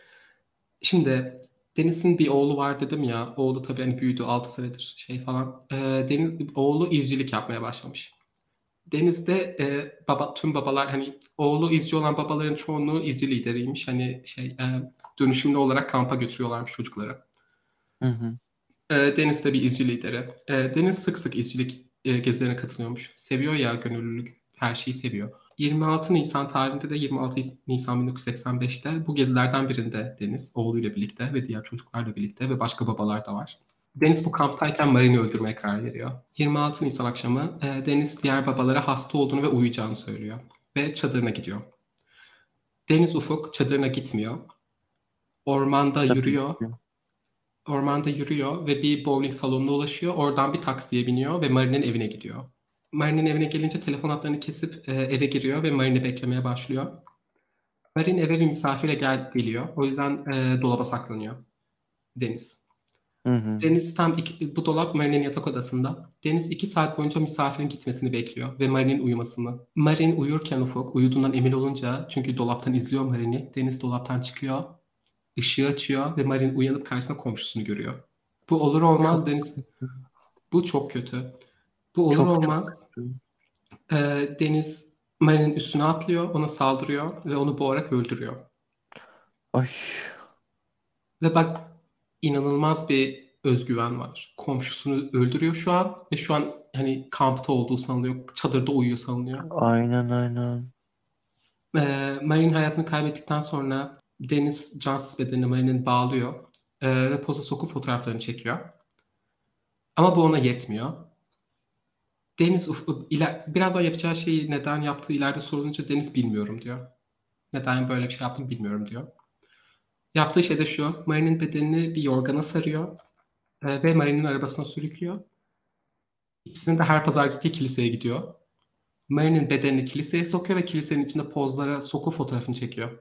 Şimdi Deniz'in bir oğlu var dedim ya. Oğlu tabii hani büyüdü 6 senedir şey falan. Deniz, oğlu izcilik yapmaya başlamış. Deniz'de tüm babalar hani oğlu izci olan babaların çoğunluğu izci lideriymiş. Hani dönüşümlü olarak kampa götürüyorlarmış çocukları. Hı hı. Deniz de bir izci lideri. Deniz sık sık izcilik gezilerine katılıyormuş. Seviyor ya gönüllülük. Her şeyi seviyor. 26 Nisan tarihinde de 26 Nisan 1985'te bu gezilerden birinde Deniz oğluyla birlikte ve diğer çocuklarla birlikte ve başka babalar da var. Deniz bu kamptayken Marin'i öldürmeye karar veriyor. 26 Nisan akşamı Deniz diğer babalara hasta olduğunu ve uyuyacağını söylüyor. Ve çadırına gidiyor. Deniz Ufuk çadırına gitmiyor. Ormanda Tabii yürüyor. ki. Ormanda yürüyor ve bir bowling salonuna ulaşıyor. Oradan bir taksiye biniyor ve Marin'in evine gidiyor. Marin'in evine gelince telefon hatlarını kesip eve giriyor ve Marin'i beklemeye başlıyor. Marin eve bir misafire geliyor. O yüzden dolaba saklanıyor Deniz. Hı hı. Bu dolap Marin'in yatak odasında. Deniz 2 saat boyunca misafirin gitmesini bekliyor ve Marin'in uyumasını. Marin uyurken Ufuk uyuduğundan emin olunca çünkü dolaptan izliyor Marin'i. Deniz dolaptan çıkıyor, ışığı açıyor ve Marin uyanıp karşısında komşusunu görüyor. Bu olur olmaz Çok Deniz. kötü. Bu çok kötü. Bu olur Çok çok olmaz kötü. Deniz Marin'in üstüne atlıyor, ona saldırıyor ve onu boğarak öldürüyor. Ay. Ve bak inanılmaz bir özgüven var. Komşusunu öldürüyor şu an ve şu an hani kampta olduğu sanılıyor. Çadırda uyuyor sanılıyor. Aynen aynen. Marin hayatını kaybettikten sonra Deniz cansız bedenini Marin'in bağlıyor ve poza sokup fotoğraflarını çekiyor. Ama bu ona yetmiyor. Birazdan yapacağı şeyi neden yaptığı ileride sorulunca Deniz bilmiyorum diyor. Neden böyle bir şey yaptım bilmiyorum diyor. Yaptığı şey de şu. Marin'in bedenini bir yorgana sarıyor ve Marin'in arabasına sürüklüyor. İkisinin de her pazar gittiği kiliseye gidiyor. Mary'nin bedenini kiliseye sokuyor ve kilisenin içinde pozlara sokup fotoğrafını çekiyor.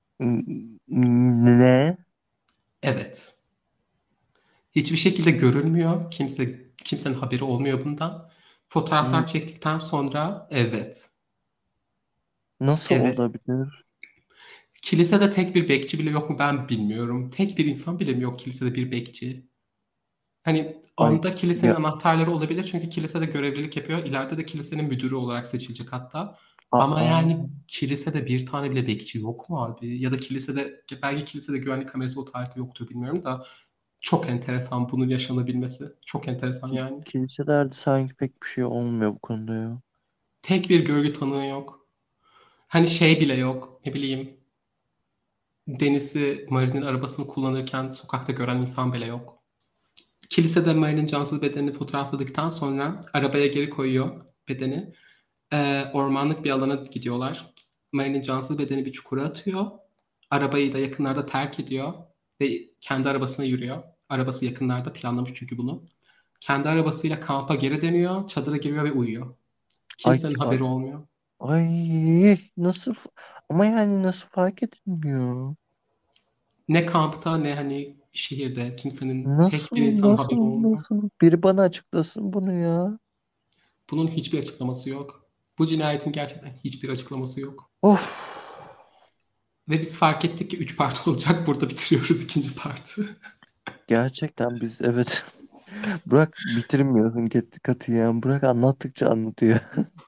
Ne? Evet. Hiçbir şekilde görülmüyor. Kimsenin haberi olmuyor bundan. Fotoğraflar çektikten sonra evet. Nasıl Evet. olabilir? Kilisede tek bir bekçi bile yok mu ben bilmiyorum. Tek bir insan bile mi yok kilisede bir bekçi? Hani Ay onda kilisenin ya, anahtarları olabilir çünkü kilisede görevlilik yapıyor. İleride de kilisenin müdürü olarak seçilecek hatta. Ama aa, yani kilisede bir tane bile bekçi yok mu abi? Ya da kilisede belki kilisede güvenlik kamerası o tarihte yoktur bilmiyorum da çok enteresan bunun yaşanabilmesi. Çok enteresan yani. kiliselerde sanki pek bir şey olmuyor bu konuda ya. Tek bir görgü tanığı yok. Hani şey bile yok. Ne bileyim Deniz'i Marin'in arabasını kullanırken sokakta gören insan bile yok. Kilisede Marin'in cansız bedenini fotoğrafladıktan sonra arabaya geri koyuyor bedeni. Ormanlık bir alana gidiyorlar. Mary'nin cansız bedeni bir çukura atıyor. Arabayı da yakınlarda terk ediyor ve kendi arabasına yürüyor. Arabası yakınlarda planlamış çünkü bunu. Kendi arabasıyla kampa geri dönüyor, çadıra giriyor ve uyuyor. Ay Kimsenin ay haberi olmuyor. ay, nasıl ama yani nasıl fark edilmiyor? Ne kampta ne hani şehirde kimsenin tek bir Nasıl insanın haberi nasıl olmuyor. nasıl? Biri bana açıklasın bunu ya. Bunun hiçbir açıklaması yok. Bu cinayetin gerçekten hiçbir açıklaması yok. Of. Ve biz fark ettik ki 3 part olacak. Burada bitiriyoruz ikinci partı. Gerçekten biz evet. Burak bitirmiyorsun katiyen. Burak anlattıkça anlatıyor.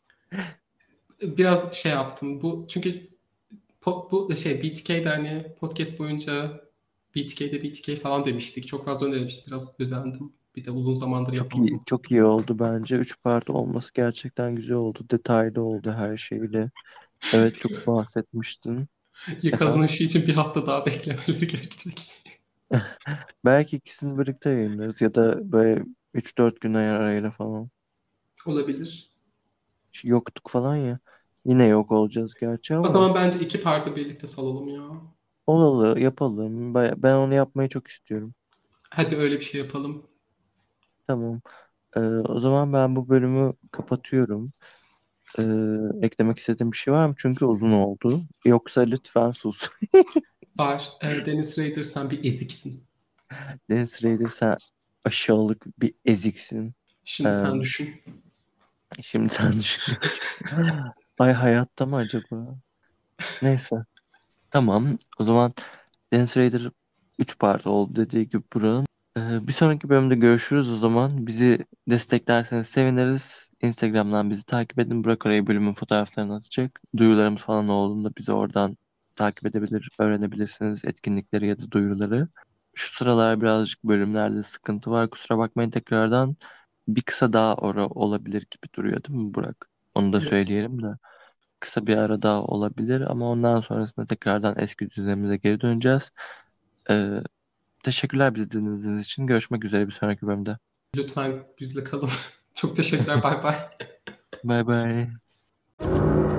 Biraz şey yaptım. Bu çünkü bu şey BTK'de hani podcast boyunca BTK falan demiştik. Çok fazla önerilmiştik. Biraz özendim. Bir de uzun zamandır Çok iyi, yapamadım. çok iyi oldu bence. Üç part olması gerçekten güzel oldu. Detaylı oldu her şeyle. Evet, çok bahsetmiştin. Efendim? Yakalanışı için bir hafta daha beklemeleri gerekecek. Belki ikisini birlikte yayınlarız ya da böyle 3-4 gün arayla falan. Olabilir. Yoktuk falan ya. Yine yok olacağız gerçi O ama zaman bence 2 partı birlikte salalım ya. olalı yapalım. Ben onu yapmayı çok istiyorum. Hadi öyle bir şey yapalım. Tamam. O zaman ben bu bölümü kapatıyorum. Eklemek istediğim bir şey var mı? Çünkü uzun oldu. Yoksa lütfen sus. Var. Dennis Rader sen bir eziksin. Dance Raider, sen aşağılık bir eziksin. Şimdi Ee, sen düşün. Şimdi sen düşün gerçekten. Ay, hayatta mı acaba? Neyse. Tamam. O zaman Dance Raider 3 part oldu dediği gibi Burak'ın. Bir sonraki bölümde görüşürüz o zaman. Bizi desteklerseniz seviniriz. Instagram'dan bizi takip edin. Burak oraya bölümün fotoğraflarını atacak. Duyurularımız falan olduğunda bizi oradan takip edebilir, öğrenebilirsiniz etkinlikleri ya da duyuruları. Şu sıralar birazcık bölümlerde sıkıntı var. Kusura bakmayın tekrardan. Bir kısa daha olabilir gibi duruyor değil mi Burak? Onu da söyleyelim de. Kısa bir ara daha olabilir ama ondan sonrasında tekrardan eski düzenimize geri döneceğiz. Ee, Teşekkürler bizi dinlediğiniz için. Görüşmek üzere bir sonraki bölümde. Lütfen bizle kalın. Çok teşekkürler. Bay bay. Bay bay.